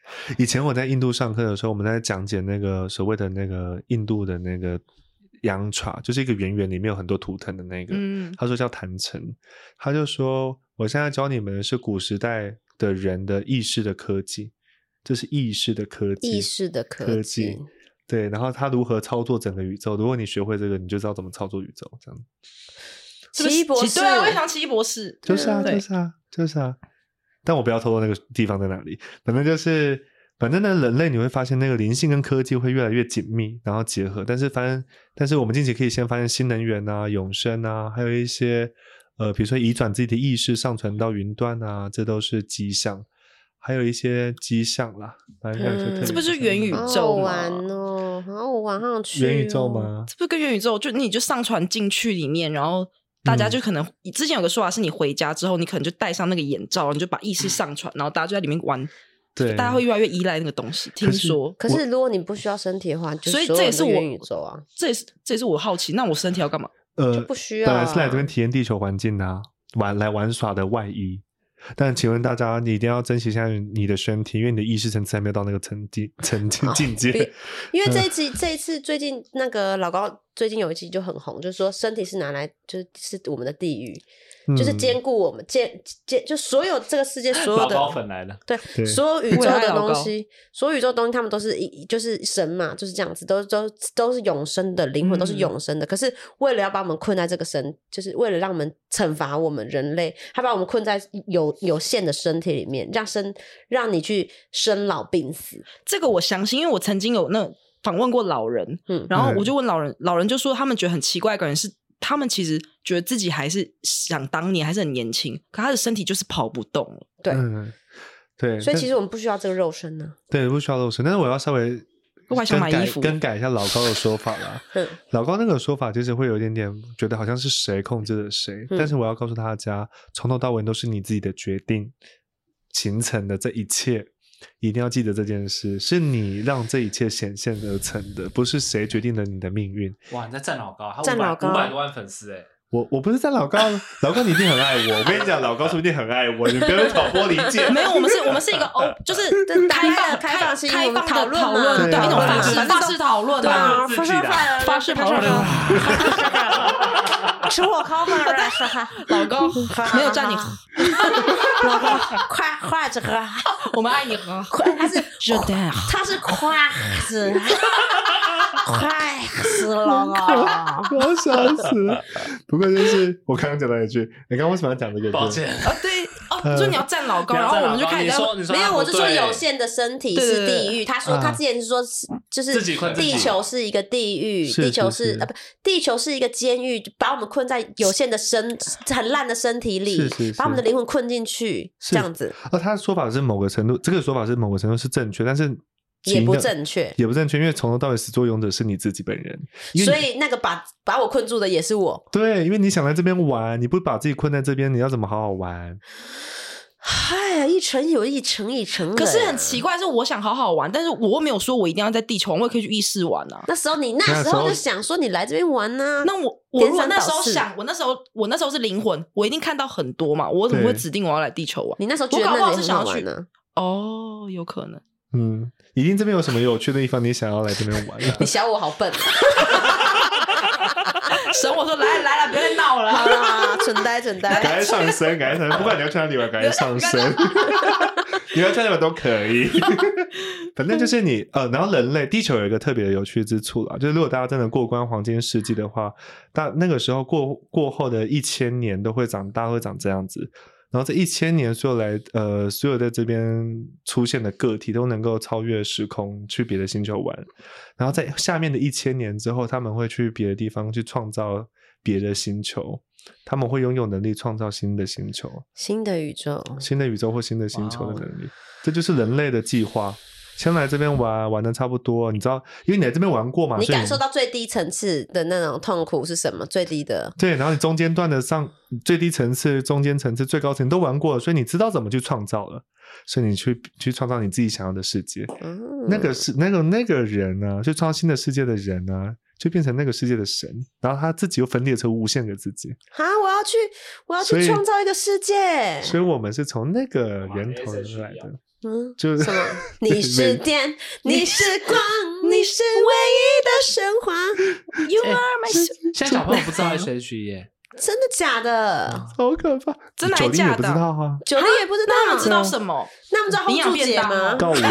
以前我在印度上课的时候，我们在讲解那个所谓的那个印度的那个yantra，就是一个圆圆里面有很多图腾的那个，他说叫坛城，他就说我现在教你们的是古时代的人的意识的科技，这是意识的科技， 意识的科技， 对，然后他如何操作整个宇宙，如果你学会这个，你就知道怎么操作宇宙，这样。 奇异博士，对啊，我也想奇异博士， 就是啊，但我不要透露那个地方在哪里，反正呢，人类你会发现那个灵性跟科技会越来越紧密，然后结合。但是我们近期可以先发现新能源啊、永生啊，还有一些比如说移转自己的意识上传到云端啊，这都是迹象。还有一些迹象啦， 这不是元宇宙吗？ 好好玩，好想去元宇宙吗？ 这不是跟元宇宙，就你就上传进去里面，然后大家就可能之前有个说法是你回家之后，你可能就戴上那个眼罩，你就把意识上传，然后大家就在里面玩。对，大家会越来越依赖那个东西。听说， 可是如果你不需要身体的话， 所以这也是我元宇宙啊， 这也是我好奇，那我身体要干嘛？ 就不需要。 本来是来这边体验地球环境啊，来玩耍的外衣。但请问大家，你一定要珍惜一下你的身体，因为你的意识层次还没有到那个境界。 因为这一次最近那个老高最近有一期就很红，就是说身体是拿来就是我们的地狱。就是兼顾我们就所有这个世界所有的老高粉来了， 对所有宇宙的东西，所有宇宙的东西，他们都是就是神嘛，就是这样子，都是永生的灵魂，都是永生的。可是为了要把我们困在这个就是为了让我们惩罚我们人类，他把我们困在有限的身体里面，让你去生老病死。 这个我相信，因为我曾经有访问过老人，然后我就问老人就说他们觉得很奇怪，感觉是。他们其实觉得自己还是想当年，还是很年轻，可他的身体就是跑不动了。 对， 对， 所以其实我们不需要这个肉身呢。 对，不需要肉身，但是我要稍微更改一下老高的说法啦。老高那个说法就是会有一点点觉得好像是谁控制了谁，但是我要告诉大家，从头到尾都是你自己的决定形成的，这一切一定要记得这件事，是你让这一切显现而成的，不是谁决定了你的命运。 哇，你在站老高，他 500 多万粉丝哎！ 我不是站老高，老高你一定很爱我。我跟你讲，老高是不是一定很爱我？你不要挑拨离间。 没有，我们是一个就是开放式讨论的一种法式讨论， 对啊，法式讨论。吃火烤吗？ 老高没有站你， 老高筷子喝， 我们爱你喝。 他是筷子。快死了啊！ 我要笑死了。不过就是我刚刚讲到一句，你刚刚为什么要讲这个？ 抱歉啊，对说你要站老高，然后我们就开始没有，我就说有限的身体是地狱。他说他之前是说，就是地球是一个地狱，地球是一个监狱，把我们困在有限的很烂的身体里，把我们的灵魂困进去，这样子。 他的说法是某个程度，这个说法是某个程度是正确，但是。 也不正确， 因为从头到尾始作俑者是你自己本人， 所以那个把我困住的也是我。 对，因为你想在这边玩，你不把自己困在这边，你要怎么好好玩？ 哎呀，一层有一层一层的。 可是很奇怪，是我想好好玩，但是我又没有说我一定要在地球玩，我也可以去异世玩啊。 那时候就想说你来这边玩啊。 那我那时候想，我那时候是灵魂，我一定看到很多嘛，我怎么会指定我要来地球玩？ 你那时候觉得我搞不好是想要去呢？哦，有可能。 一定这边有什么有趣的地方，你想要来这边玩？ 你小我好笨。 神我说来了，不要再闹了。 好啦，蠢呆。 赶快上升，不管你要去哪里玩，赶快上升。你要去哪里玩都可以。反正就是你然后人类地球有一个特别的有趣之处啦，就是如果大家真的过关黄金世纪的话，那个时候过后的1000年大家会长这样子。然后这1000年所有在这边出现的个体都能够超越时空去别的星球玩，然后在下面的1000年之后，他们会去别的地方去创造别的星球，他们会拥有能力创造新的星球、 新的宇宙或新的星球的能力。这就是人类的计划。先来这边玩的差不多，你知道，因为你来这边玩过嘛， 你感受到最低层次的那种痛苦是什么？最低的， 对，然后你中间段的上最低层次、中间层次、最高层都玩过了，所以你知道怎么去创造了，所以你去创造你自己想要的世界。那个人呢，去创造新的世界的人呢，就变成那个世界的神，然后他自己又分裂成无限个自己。 我要去创造一个世界， 所以我们是从那个源头来的。 就是什么？你是电，你是光，你是唯一的神话。You are my。 现在小朋友不知道 H.H. 耶， 真的假的？ 好可怕！ 真的还假的？ 不知道啊， 九力也不知道， 他们知道什么？ 那他们知道红柱姐吗？ 告五人。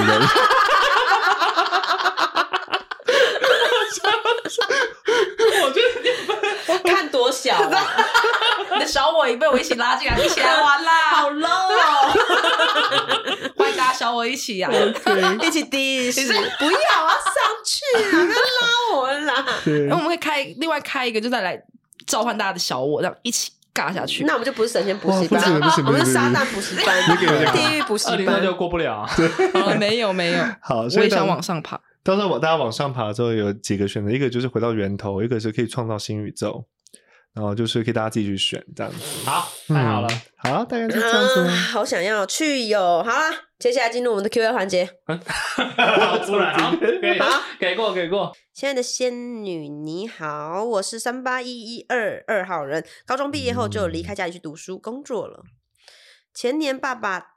我觉得看多小啊！ 你的小我也被我一起拉进来，一起来玩啦！ 好 low 哦！ 欢迎大家小我一起啊， 一起滴血！不要啊，上去啊！不要拉我啦！ 然后我们可以另外开一个，就再来召唤大家的小我，这样一起尬下去。 那我们就不是神仙补习班， 我们是撒旦补习班，地狱补习班就过不了。 没有。 好， 我也想往上爬。 到时候大家往上爬之后有几个选择，一个就是回到源头，一个是可以创造新宇宙，然后就是可以大家自己去选这样子。 好，太好了， 好，大概是这样子。 好想要去哟！好啦，接下来进入我们的 Q&A 环节。 好，突然好，给过。 亲爱的仙女你好，我是38112号人，高中毕业后就离开家里去读书工作了。前年爸爸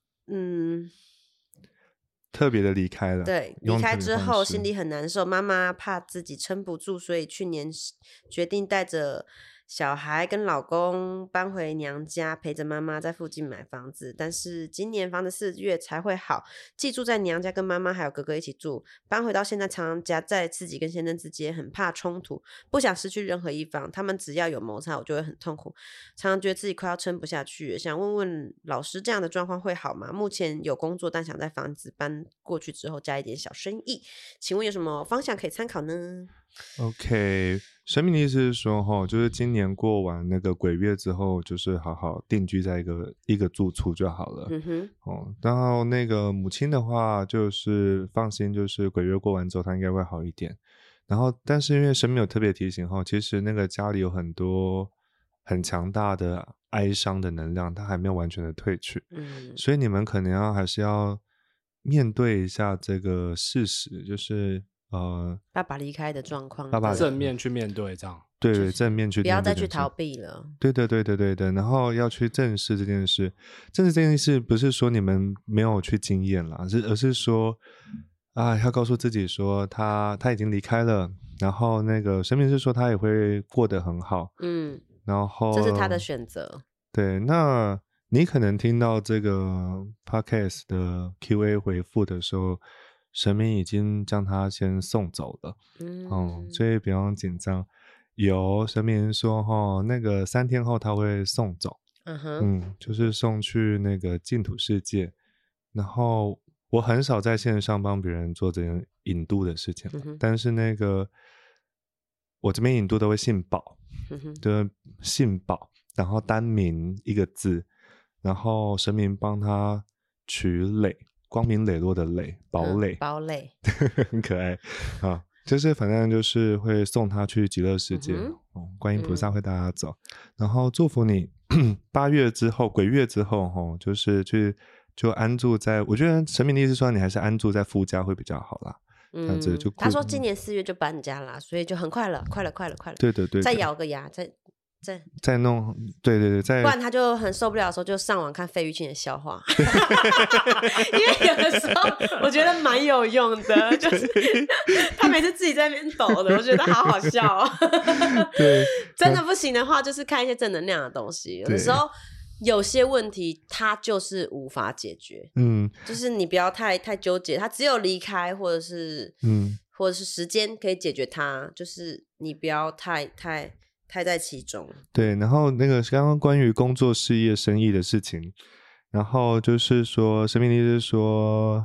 特别的离开了， 对，离开之后心里很难受，妈妈怕自己撑不住，所以去年决定带着小孩跟老公搬回娘家，陪着妈妈在附近买房子。但是今年房子4月才会好，寄住在娘家跟妈妈还有哥哥一起住，搬回到现在常常夹在自己跟先生之间，很怕冲突，不想失去任何一方，他们只要有摩擦我就会很痛苦，常常觉得自己快要撑不下去了。想问问老师，这样的状况会好吗？目前有工作，但想在房子搬过去之后加一点小生意，请问有什么方向可以参考呢？ OK， 神明的意思是说就是今年过完那个鬼月之后，就是好好定居在一个住处就好了。然后那个母亲的话就是放心，就是鬼月过完之后她应该会好一点。然后但是因为神明有特别提醒其实那个家里有很多很强大的哀伤的能量，它还没有完全的退去。所以你们可能还是要面对一下这个事实，就是爸爸离开的状况， 爸爸正面去面对，这样对对，正面去面对， 不要再去逃避了。 对的，然后要去正视这件事。正视这件事不是说你们没有去经验啦，而是说要告诉自己说他已经离开了，然后那个神明是说他也会过得很好。然后这是他的选择。对， 那你可能听到这个 podcast 的 Q&A 回复的时候，神明已经将他先送走了。所以不用紧张。有神明说那个3天后他会送走。就是送去那个净土世界。然后我很少在线上帮别人做这件引渡的事情，但是那个我这边引渡都会姓宝，就是姓宝，然后单名一个字，然后神明帮他取磊，光明磊落的磊，堡垒， 堡垒很可爱啊。就是反正就是会送他去极乐世界。观音菩萨会带他走。然后祝福你8月之后鬼月之后就是就安住在，我觉得神明的意思说你还是安住在夫家会比较好啦。这样子就他说今年4月就搬家啦，所以就很快了。 对，再咬个牙， 再弄，对，再不然他就很受不了的时候就上网看费玉清的笑话。因为有的时候我觉得蛮有用的，就是他每次自己在那边抖的，我觉得好好笑哦。 对， 真的不行的话就是看一些正能量的东西。有的时候有些问题它就是无法解决，就是你不要太纠结，它只有离开或者是时间可以解决它，就是你不要太在其中。对， 然后那个刚刚关于工作事业生意的事情，然后就是说神明的意思是说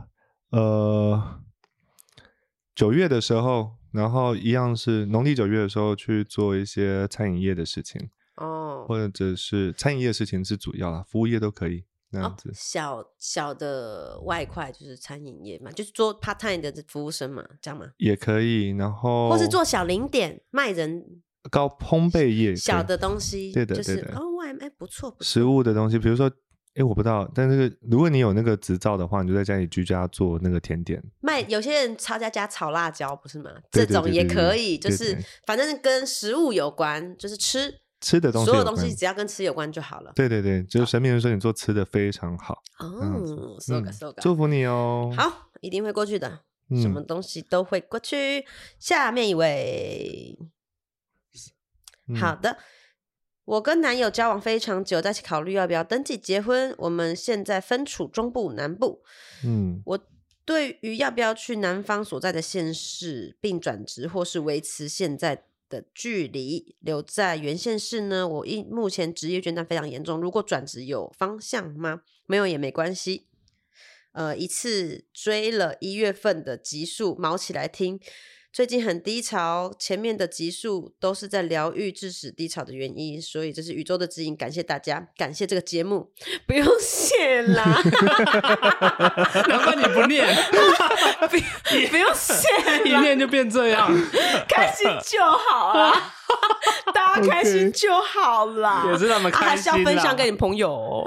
9月的时候，然后一样是农历9月的时候去做一些餐饮业的事情或者是餐饮业的事情是主要啦，服务业都可以那样子。 小的外快就是餐饮业嘛，就是做 part time 的服务生嘛，这样吗？ 也可以，然后或是做小零点卖人高烘焙业小的东西， 对的， 就是不错食物的东西，比如说我不知道，但是如果你有那个执照的话，你就在家里居家做那个甜点卖。有些人加炒辣椒不是吗？这种也可以，就是反正跟食物有关，就是吃吃的东西， 所有东西只要跟吃有关就好了。 对对对，就是神明人说你做吃的非常好哦， 祝福你哦。 好，一定会过去的，什么东西都会过去。下面一位，好的。我跟男友交往非常久，在考虑要不要登记结婚。我们现在分处中部、南部。我对于要不要去男方所在的县市并转职，或是维持现在的距离留在原县市呢？我目前职业倦怠非常严重，如果转职有方向吗？没有也没关系。一次追了1月份的集数，毛起来听。最近很低潮，前面的集数都是在疗愈致使低潮的原因，所以这是宇宙的指引。感谢大家，感谢这个节目，不用谢啦。 难怪你不念， 不用谢啦， 一念就变这样， 开心就好啦。大家开心就好啦， 也是他们开心啦， 还是要分享给你朋友哦。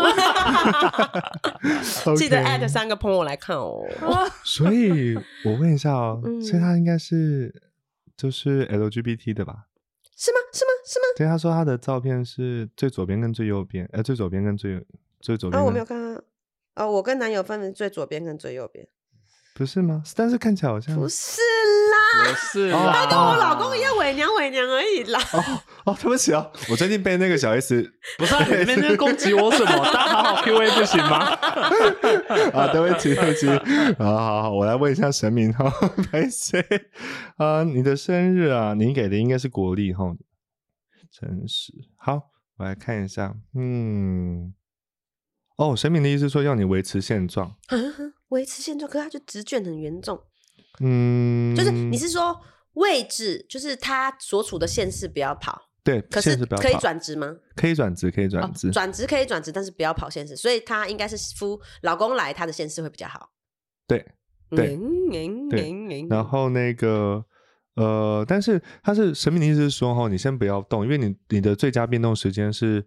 记得 add 3个朋友来看哦。 所以我问一下哦，所以他应该是就是 LGBT 的吧？ 是吗？ 对，他说他的照片是最左边跟最右边，最左边跟最左边。 我没有看到。我跟男友分别最左边跟最右边。 不是吗？但是看起来好像不是啦， 不是啦， 他跟我老公一样伪娘而已啦。 对不起啊，我最近被那个小 S 不是你们那边攻击我什么？大家好好 Q&A 不行吗？ 对不起。好，我来问一下神明哈，拍谁你的生日啊，你给的应该是国历哈，真是好，我来看一下，神明的意思说要你维持现状。 维持现状，可是他就职倦很严重。就是你是说位置，就是他所处的县市不要跑。 对， 可是可以转职吗？ 可以转职， 转职可以转职，但是不要跑县市，所以他应该是老公来他的县市会比较好。 对。然后那个但是他是神明的意思是说你先不要动，因为你的最佳变动时间是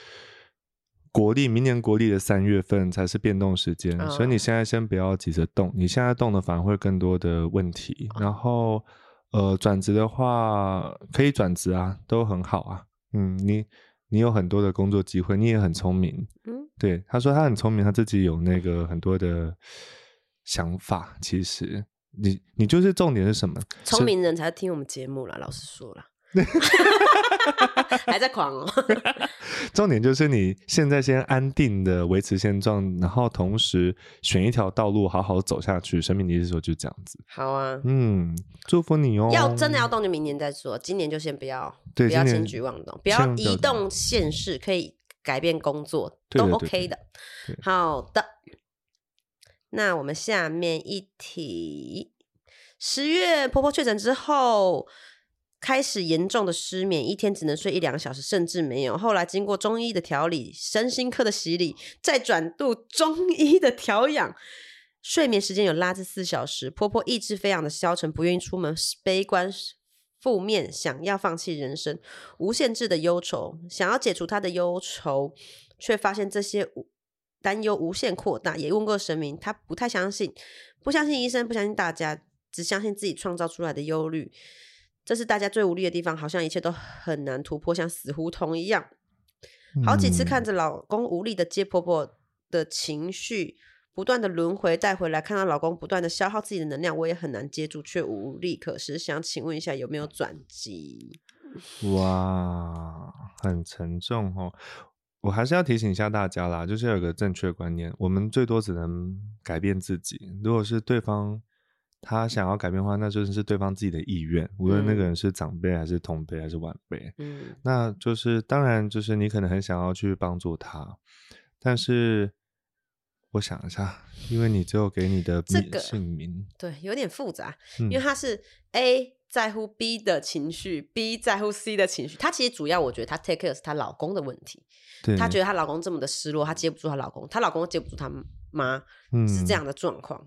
明年国历的3月份才是变动时间，所以你现在先不要急着动，你现在动的反而会更多的问题。然后转职的话可以转职啊，都很好啊。你有很多的工作机会，你也很聪明。对，他说他很聪明，他自己有那个很多的想法。其实你就是重点是什么？ 聪明人才听我们节目啦，老实说啦。还在狂哦。 重点就是你现在先安定的维持现状，然后同时选一条道路好好走下去。神明的意思说就这样子。 好啊， 祝福你哦。 真的要动就明年再说，今年就先不要轻举妄动，不要移动县市，可以改变工作，都 OK 的。好的，那我们下面一题，10月婆婆确诊之后开始严重的失眠，一天只能睡1-2个小时，甚至没有。后来经过中医的调理、身心科的洗礼，再转度中医的调养，睡眠时间有拉至4小时。婆婆意志非常的消沉，不愿意出门，悲观负面，想要放弃人生，无限制的忧愁，想要解除她的忧愁，却发现这些担忧无限扩大。也问过神明，她不太相信，不相信医生，不相信大家，只相信自己创造出来的忧虑。这是大家最无力的地方，好像一切都很难突破，像死胡同一样。好几次看着老公无力的接婆婆的情绪，不断的轮回带回来，看到老公不断的消耗自己的能量，我也很难接住，却无力可施。想请问一下有没有转机？ 哇，很沉重哦。我还是要提醒一下大家啦，就是有个正确观念，我们最多只能改变自己，如果是对方他想要改变的话，那就是对方自己的意愿，无论那个人是长辈还是同辈还是晚辈。那就是当然就是你可能很想要去帮助他，但是我想一下，因为你只有给你的姓名， 对，有点复杂，因为他是 A 在乎 B 的情绪， B 在乎 C 的情绪。他其实主要我觉得他 take care 是她老公的问题，她觉得她老公这么的失落，她接不住她老公，她老公接不住她妈，是这样的状况。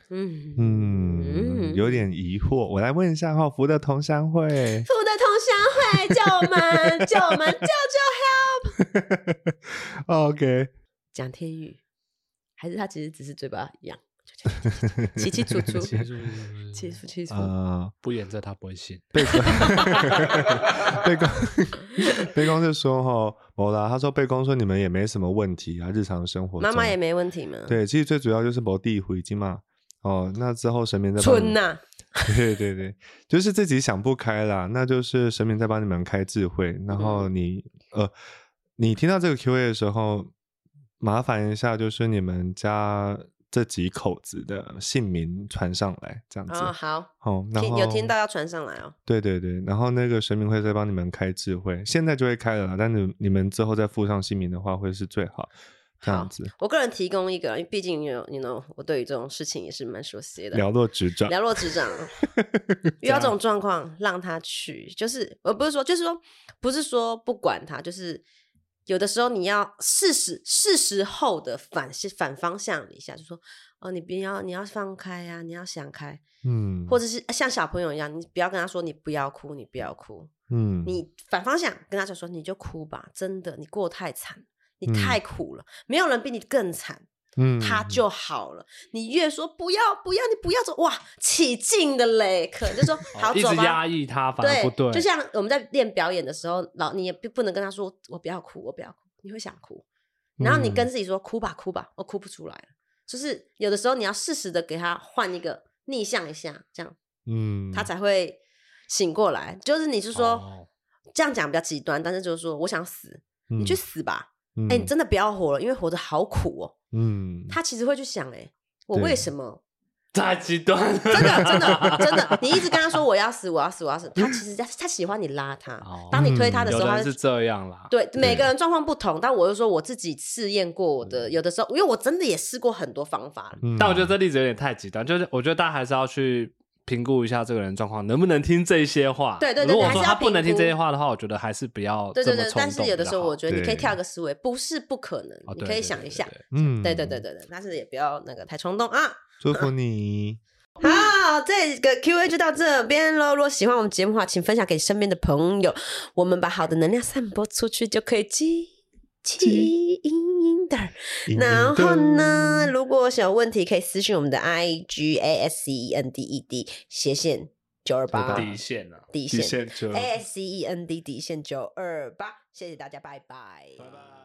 有点疑惑，我来问一下福德同乡会， 救我们救我们救 help。 OK， 讲天语，还是他其实只是嘴巴一样， 起起楚楚， 不演这他不会信。 贝公就说没啦，他说贝公说你们也没什么问题啊，日常生活中妈妈也没问题嘛。 对，其实最主要就是没地回经嘛。那之后神明在春呐， 对对对，就是自己想不开啦，那就是神明在帮你们开智慧。然后你听到这个 Q&A 的时候，麻烦一下，就是你们家这几口子的姓名传上来，这样子。 好。 然后有听到要传上来哦。 对对对，然后那个神明会再帮你们开智慧，现在就会开了啦，但你们之后再附上姓名的话，会是最好。这样子， 我个人提供一个，因为毕竟我对于这种事情也是蛮熟悉的。 了若指掌， 遇到这种状况，让他去，就是不是说不管他，就是有的时候你要事实后的反方向一下，就说你要放开啊，你要想开，或者是像小朋友一样，你不要跟他说你不要哭，你不要哭，你反方向跟他说你就哭吧，真的你过太惨。你太苦了，没有人比你更惨，他就好了。你越说不要，你不要走，哇，起劲的嘞，可能就说好走吧， 一直压抑他，反而不对。 就像我们在练表演的时候，你也不能跟他说我不要哭，你会想哭，然后你跟自己说哭吧，我哭不出来了。就是有的时候你要适时的给他换一个逆向一下，这样，他才会醒过来。就是你是说这样讲比较极端，但是就是说我想死，你去死吧。你真的不要活了，因为活着好苦哦。他其实会去想，我为什么太极端了？ 真的，你一直跟他说我要死，他其实他喜欢你拉他。当你推他的时候，他是这样啦。 对，每个人状况不同，但我就说我自己试验过我的，有的时候因为我真的也试过很多方法了。 但我觉得这例子有点太极端，就是我觉得大家还是要去评估一下这个人状况能不能听这些话。 对， 如果说他不能听这些话的话，我觉得还是不要这么冲动。 但是有的时候我觉得你可以跳个思维，不是不可能，你可以想一下。对，但是也不要太冲动啊。 祝福你。 好，这个 Q&A 就到这边咯。如果喜欢我们节目的话，请分享给身边的朋友，我们把好的能量散播出去，就可以积阴的。然后呢，如果有问题可以私讯我们的 IG ASCENDED 斜线928 底线 ASCEND 底线928，谢谢大家，拜拜。